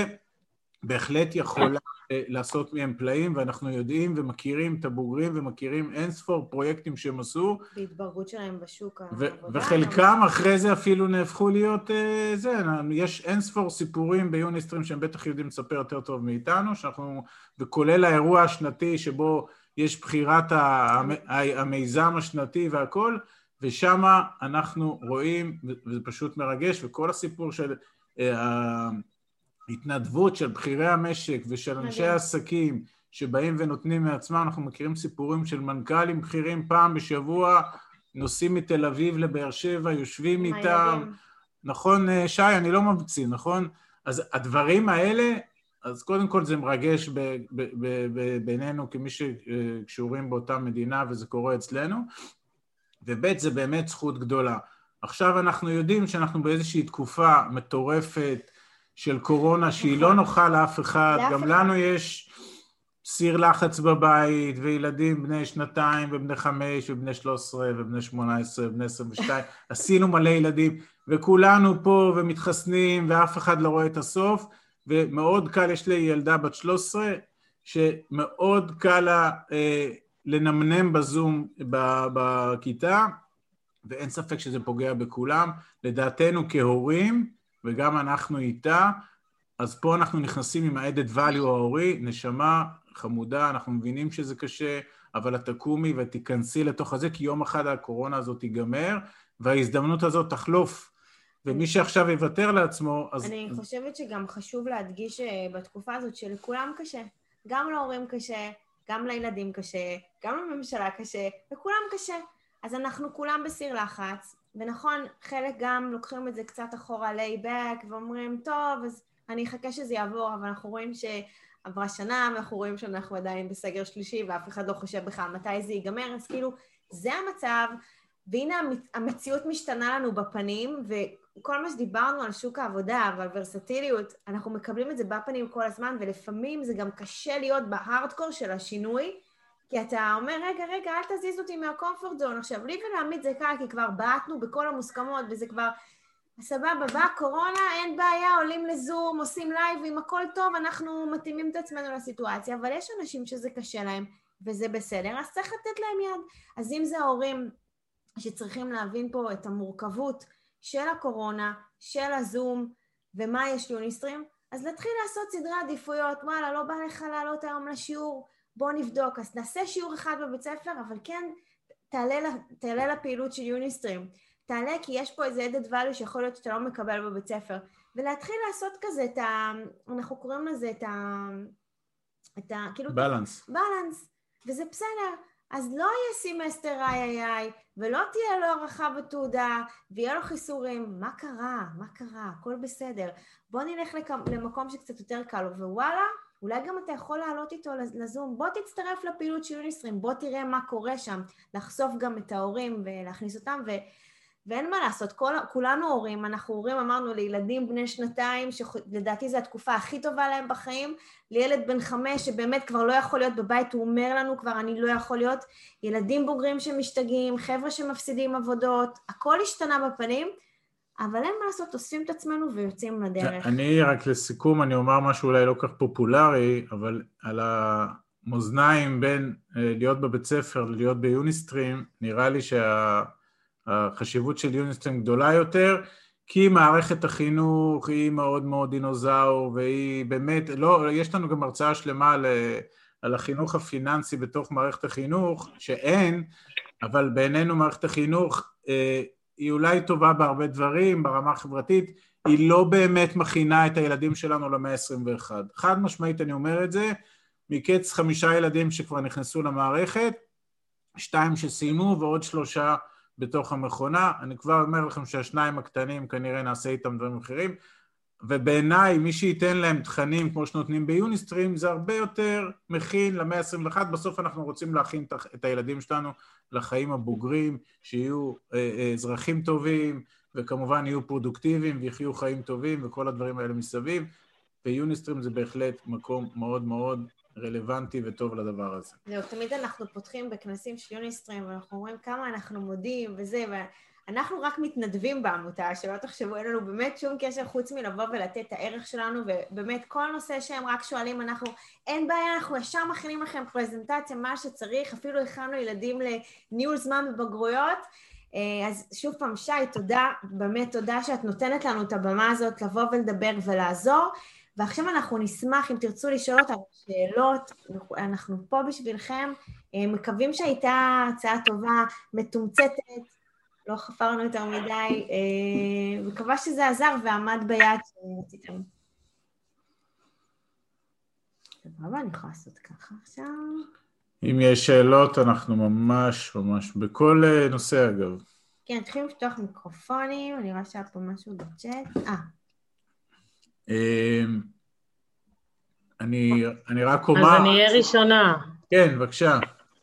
שבהחלט יכולה לעשות מהם פלאים, ואנחנו יודעים ומכירים את הבוגרים ומכירים אינספור פרויקטים שהם עשו. בהתברגות שלהם בשוק. וחלקם אחרי זה אפילו נהפכו להיות זה. יש אינספור סיפורים ביוניסטרים שהם בטח יודעים לספר יותר טוב מאיתנו, וכולל האירוע השנתי שבו יש בחירת המיזם השנתי והכל, ושם אנחנו רואים, וזה פשוט מרגש, וכל הסיפור של ההתנדבות של בחירי המשק ושל אנשי העסקים שבאים ונותנים מעצמם, אנחנו מכירים סיפורים של מנכ"לים בחירים פעם בשבוע, נוסעים מתל אביב לבאר שבע, יושבים איתם. נכון, שי, אני לא ממציא, נכון? אז הדברים האלה, אז קודם כל זה מרגש בינינו כמי שקשורים באותה מדינה וזה קורה אצלנו, וב' זה באמת זכות גדולה. עכשיו אנחנו יודעים שאנחנו באיזושהי תקופה מטורפת של קורונה שהיא לא נוחה לאף אחד, גם לנו יש סיר לחץ בבית וילדים בני 2 ובני 5 ובני 13 ובני 18 ובני 22, עשינו מלא ילדים וכולנו פה ומתחסנים ואף אחד לא רואה את הסוף, ומאוד קל, יש לי ילדה בת 13 שמאוד קל לה לנמנם בזום בכיתה, ואין ספק שזה פוגע בכולם, לדעתנו כהורים, וגם אנחנו איתה, אז פה אנחנו נכנסים עם ה-added value ההורי, נשמה חמודה, אנחנו מבינים שזה קשה, אבל את תקומי ותיכנסי לתוך הזה, כי יום אחד הקורונה הזאת תיגמר, וההזדמנות הזאת תחלוף, ומי שעכשיו יוותר לעצמו, אז... אני חושבת שגם חשוב להדגיש בתקופה הזאת שלכולם קשה, גם להורים קשה, גם לילדים קשה, גם לממשלה קשה, וכולם קשה. אז אנחנו כולם בסיר לחץ, ונכון, חלק גם לוקחים את זה קצת אחורה לייבק, ואומרים, טוב, אז אני אחכה שזה יעבור, אבל אנחנו רואים שעברה שנה, ואנחנו רואים שאנחנו עדיין בסגר שלישי, ואף אחד לא חושב בכלל מתי זה ייגמר, אז כאילו, זה המצב, והנה המציאות משתנה לנו בפנים, וכל מה שדיברנו על שוק העבודה ועל ורסטיליות, אנחנו מקבלים את זה בפנים כל הזמן, ולפעמים זה גם קשה להיות בהארדקור של השינוי, כי אתה אומר, רגע, אל תזיז אותי מהקומפורט זון. עכשיו, לי ולעמית זה קל, כי כבר בעטנו בכל המוסכמות, וזה כבר, סבבה, באה קורונה, אין בעיה, עולים לזום, עושים לייבים, הכל טוב, אנחנו מתאימים את עצמנו לסיטואציה, אבל יש אנשים שזה קשה להם, וזה בסדר, אז צריך לתת להם יד. אז אם זה ההורים שצריכים להבין פה את המורכבות של הקורונה, של הזום, ומה יש ליוניסטרים, אז להתחיל לעשות סדרי עדיפויות, וואלה, לא בא לך לעלות היום לשיעור, בוא נבדוק, אז נעשה שיעור אחד בבית ספר, אבל כן, תעלה לפעילות של יוניסטרים. תעלה כי יש פה איזה added value שיכול להיות שאתה לא מקבל בבית ספר. ולהתחיל לעשות כזה אנחנו קוראים לזה כאילו... בלנס. בלנס, וזה בסדר. אז לא יהיה סמסטר איי, ולא תהיה לו הערכה בתעודה, ויהיה לו חיסורים. מה קרה? הכל בסדר. בוא נלך למקום שקצת יותר קל לו, ווואלה, אולי גם אתה יכול לעלות איתו לזום, בוא תצטרף לפעילות של יוניסטרים, בוא תראה מה קורה שם, לחשוף גם את ההורים ולהכניס אותם, ואין מה לעשות, כולנו הורים, אנחנו הורים, אמרנו לילדים בני 2, שלדעתי זו התקופה הכי טובה להם בחיים, לילד בן 5 שבאמת כבר לא יכול להיות בבית, הוא אומר לנו כבר אני לא יכול להיות, ילדים בוגרים שמשתגעים, חבר'ה שמפסידים עבודות, הכל השתנה בפנים, אבל אין מה לעשות, אוספים את עצמנו ויוצאים לדרך. אני רק לסיכום, אני אומר משהו אולי לא כך פופולרי, אבל על המאזניים בין להיות בבית ספר להיות ביוניסטרים, נראה לי שהחשיבות של יוניסטרים גדולה יותר, כי מערכת החינוך היא מאוד מאוד דינוזאור, והיא באמת, לא, יש לנו גם הרצאה שלמה על החינוך הפיננסי בתוך מערכת החינוך, שאין, אבל בעינינו מערכת החינוך, היא אולי טובה בהרבה דברים, ברמה החברתית, היא לא באמת מכינה את הילדים שלנו למאה ה-21. חד משמעית אני אומר את זה, מקץ 5 ילדים שכבר נכנסו למערכת, 2 שסיימו ועוד 3 בתוך המכונה, אני כבר אומר לכם שהשניים הקטנים כנראה נעשה איתם דברים אחרים, ובעיניי מי שייתן להם תכנים כמו שנותנים ביוניסטרים, זה הרבה יותר מכין למאה ה-21, בסוף אנחנו רוצים להכין את הילדים שלנו לחיים הבוגרים, שיהיו אזרחים טובים, וכמובן יהיו פרודוקטיביים, ויחיו חיים טובים, וכל הדברים האלה מסביב, ויוניסטרים זה בהחלט מקום מאוד מאוד רלוונטי וטוב לדבר הזה. זהו, תמיד אנחנו פותחים בכנסים של יוניסטרים, ואנחנו אומרים כמה אנחנו מודים וזה, אנחנו רק מתנדבים בעמותה, שלא תחשבו, אין לנו באמת שום קשר חוץ מלבוא ולתת את הערך שלנו, ובאמת כל נושא שהם רק שואלים, אין בעיה, אנחנו ישר מכינים לכם פרזנטציה, מה שצריך, אפילו הכנו ילדים לניהול זמן בבגרויות, אז שוב פעם, שי, תודה, באמת תודה שאת נותנת לנו את הבמה הזאת, לבוא ולדבר ולעזור, ועכשיו אנחנו נשמח, אם תרצו לשאול אותנו שאלות, אנחנו פה בשבילכם, מקווים שהייתה הצעה טובה, מתומצתת, לא חפרנו יותר מדי, מקווה שזה עזר ועמד ביד שרציתם. סבבה, אני יכולה לעשות ככה עכשיו. אם יש שאלות, אנחנו ממש בכל נושא אגב. כן, צריכים לפתוח מיקרופונים, אני רואה שהיה פה משהו בצ'אט. אני רק אומר... אז אני אהיה ראשונה. כן, בבקשה.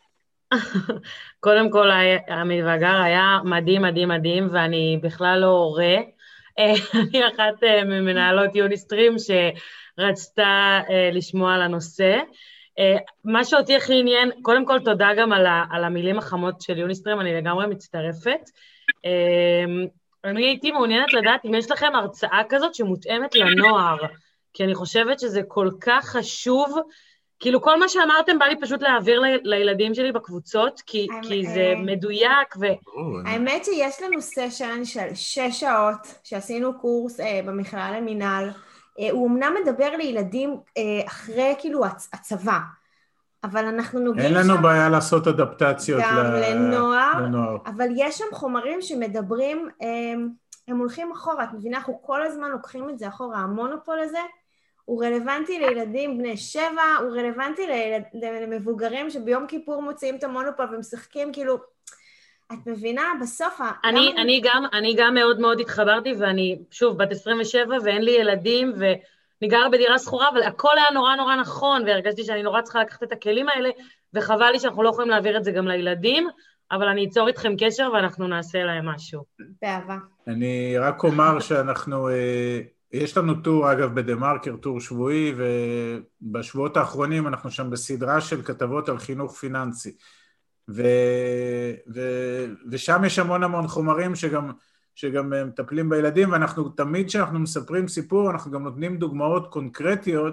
קודם כל, המבגר היה מדהים, מדהים, מדהים, ואני בכלל לא הורה. אני אחת ממנהלות יוניסטרים שרצתה לשמוע על הנושא. מה שאותי הכי עניין, קודם כל תודה גם על המילים החמות של יוניסטרים, אני לגמרי מצטרפת. אני הייתי מעוניינת לדעת אם יש לכם הרצאה כזאת שמותאמת לנוער, כי אני חושבת שזה כל כך חשוב, כאילו כל מה שאמרתם בא לי פשוט להעביר לילדים שלי בקבוצות, כי זה מדויק האמת שיש לנו סשן של 6 שעות שעשינו קורס במכללה למינהל, הוא אמנם מדבר לילדים אחרי כאילו הצבא, אבל אנחנו נוגעים אין לנו בעיה לעשות אדפטציות גם לנוער, לנוער, אבל יש שם חומרים שמדברים, הם הולכים אחורה, את מבינה, אנחנו כל הזמן לוקחים את זה אחורה, המונופול הזה, הוא רלוונטי לילדים בני 7, הוא רלוונטי למבוגרים שביום כיפור מוציאים את המונופול ומשחקים, כאילו, את מבינה, בסוף... אני גם מאוד מאוד התחברתי, ואני שוב בת 27 ואין לי ילדים, ואני גרה בדירה שכורה, אבל הכל היה נורא נורא נכון, והרגשתי שאני נורא צריכה לקחת את הכלים האלה, וחבל לי שאנחנו לא יכולים להעביר את זה גם לילדים, אבל אני אצור איתכם קשר ואנחנו נעשה להם משהו. באהבה. אני רק אומר שאנחנו... יש לנו טור, אגב, בדה-מרקר, טור שבועי, ובשבועות האחרונים אנחנו שם בסדרה של כתבות על חינוך פיננסי. ושם יש המון חומרים שגם מטפלים בילדים, ואנחנו תמיד כשאנחנו מספרים סיפור, אנחנו גם נותנים דוגמאות קונקרטיות.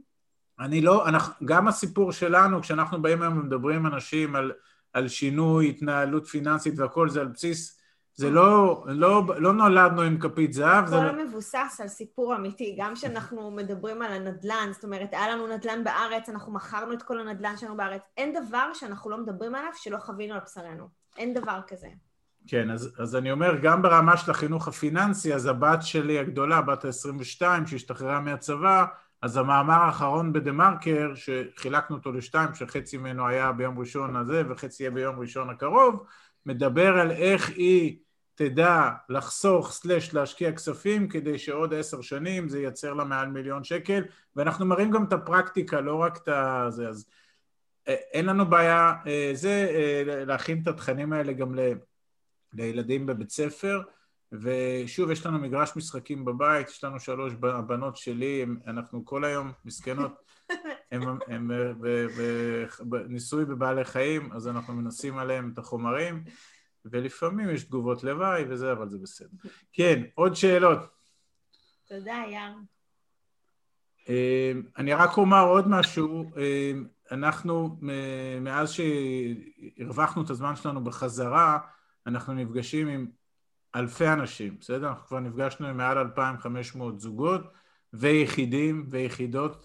גם הסיפור שלנו, כשאנחנו באים היום ומדברים עם אנשים על שינוי, התנהלות פיננסית והכל, זה על בסיס... זה לא נולדנו עם כפית זהב. הכל מבוסס על סיפור אמיתי, גם שאנחנו מדברים על הנדל"ן, זאת אומרת, היה לנו נדל"ן בארץ, אנחנו מכרנו את כל הנדל"ן שלנו בארץ, אין דבר שאנחנו לא מדברים עליו שלא חווינו על בשרנו, אין דבר כזה. כן, אז אני אומר, גם ברמה של החינוך הפיננסי, אז הבת שלי הגדולה, בת ה-22, שהשתחררה מהצבא, אז המאמר האחרון בדה-מרקר, שחילקנו אותו לשתיים, שחצי ממנו היה ביום ראשון הזה, וחצי יהיה ביום ראשון הקרוב, מדבר על איך היא תדע לחסוך / להשקיע כספים כדי שעוד 10 שנים זה ייצר לה מעל 1,000,000 שקל, ואנחנו מראים גם את הפרקטיקה, לא רק את זה, אז אין לנו בעיה להכין את התכנים האלה גם לילדים בבית ספר, ושוב יש לנו מגרש משחקים בבית, יש לנו 3 בנות שלי, אנחנו כל היום מסכנות, הם ניסוי בבעלי חיים, אז אנחנו מנסים עליהם את החומרים, ולפעמים יש תגובות לוואי וזה, אבל זה בסדר. כן, עוד שאלות. תודה, יאר. אני רק אומר עוד משהו, אנחנו, מאז שהרווחנו את הזמן שלנו בחזרה, אנחנו נפגשים עם אלפי אנשים, בסדר? אנחנו כבר נפגשנו עם מעל 2,500 זוגות ויחידים ויחידות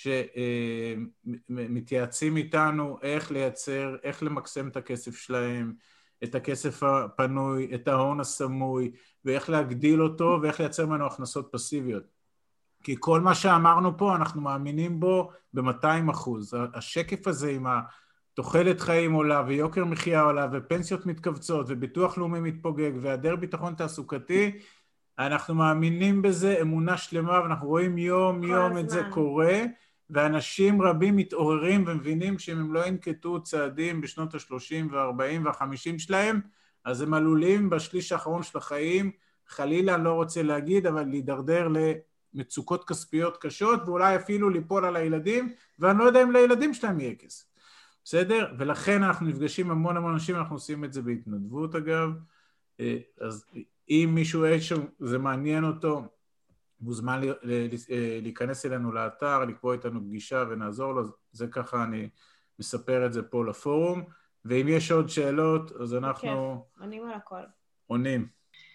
שמתייעצים איתנו איך לייצר, איך למקסם את הכסף שלהם, את הכסף הפנוי, את ההון הסמוי, ואיך להגדיל אותו ואיך לייצר ממנו הכנסות פסיביות. כי כל מה שאמרנו פה אנחנו מאמינים בו ב-200%. השקף הזה עם תוחלת חיים עולה ויוקר מחיה עולה ופנסיות מתכווצות וביטוח לאומי מתפוגג והיעדר ביטחון תעסוקתי, אנחנו מאמינים בזה אמונה שלמה, ואנחנו רואים יום את זה קורה, ואנשים רבים מתעוררים ומבינים שאם הם לא ינקטו צעדים בשנות ה-30 וה-40 וה-50 שלהם, אז הם עלולים בשליש האחרון של החיים, חלילה לא רוצה להגיד, אבל להידרדר למצוקות כספיות קשות, ואולי אפילו ליפול על הילדים, ואני לא יודע אם לילדים שלהם יהיה כסף. בסדר? ולכן אנחנו נפגשים המון אנשים, אנחנו עושים את זה בהתנדבות אגב, אז אם מישהו זה מעניין אותו, מוזמן להיכנס אלינו לאתר, לקבוע איתנו פגישה ונעזור לו, זה ככה אני מספר את זה פה לפורום, ואם יש עוד שאלות, אז אנחנו... עונים על הכל. עונים.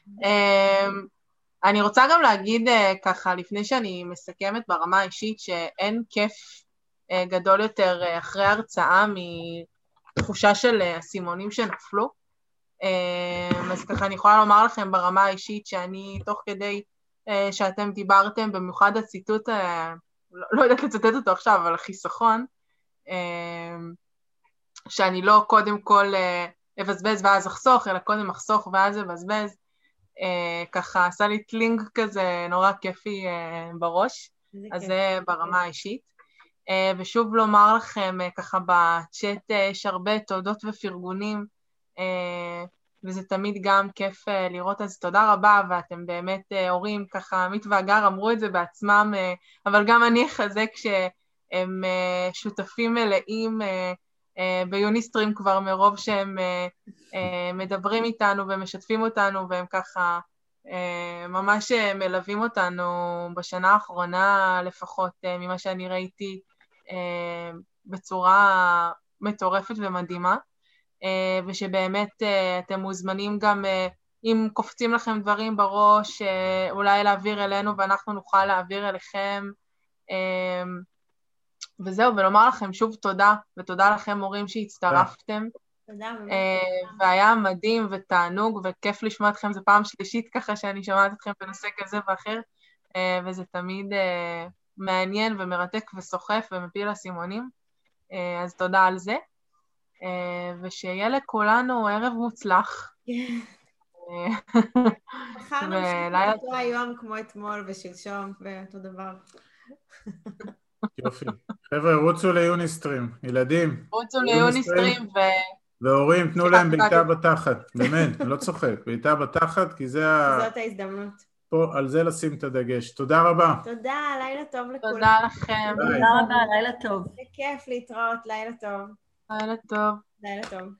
אני רוצה גם להגיד ככה, לפני שאני מסכמת ברמה האישית, שאין כיף גדול יותר אחרי הרצאה מתחושה של הסימונים שנפלו, אז ככה אני יכולה לומר לכם ברמה האישית שאני תוך כדי שאתם דיברתם, במיוחד הציטוט, לא יודעת לצטט אותו עכשיו, אבל החיסכון, שאני לא קודם כל אבזבז ואז אחסוך, אלא קודם אחסוך ואז אבזבז, ככה עשה לי טלינג כזה נורא כיפי בראש, אז זה ברמה האישית. ושוב לומר לכם, ככה בצ'אט יש הרבה תודות ופרגונים, וזה תמיד גם כיף לראות, אז תודה רבה, ואתם באמת הורים, ככה עמית והגר אמרו את זה בעצמם, אבל גם אני אחזק שהם שותפים מלאים ביוניסטרים כבר מרוב שהם מדברים איתנו ומשתפים אותנו, והם ככה ממש מלווים אותנו בשנה האחרונה לפחות, ממה שאני ראיתי בצורה מטורפת ומדהימה, ושבאמת אתם מוזמנים גם, אם קופצים לכם דברים בראש, אולי להעביר אלינו ואנחנו נוכל להעביר אליכם, וזהו, ולומר לכם שוב תודה, ותודה לכם מורים שהצטרפתם. תודה. והיה מדהים ותענוג, וכיף לשמוע אתכם, זו פעם שלישית ככה שאני שומעת אתכם בנושא כזה ואחר, וזה תמיד מעניין ומרתק וסוחף ומפיל לסימונים, אז תודה על זה, ושיהיה לכולנו ערב מוצלח. מחר נמשיך אותו היום כמו אתמול ושלשום, ואותו דבר. יופי. חבר'ה, רוצו ליוניסטרים, ילדים. רוצו ליוניסטרים והורים, תנו להם בעיטה בתחת, באמת, לא צוחק, בעיטה בתחת, כי זאת ההזדמנות. פה, על זה לשים את הדגש. תודה רבה. תודה, לילה טוב לכולם. תודה לכם. תודה רבה, לילה טוב. זה כיף להתראות, לילה טוב. לילה טוב. לילה טוב.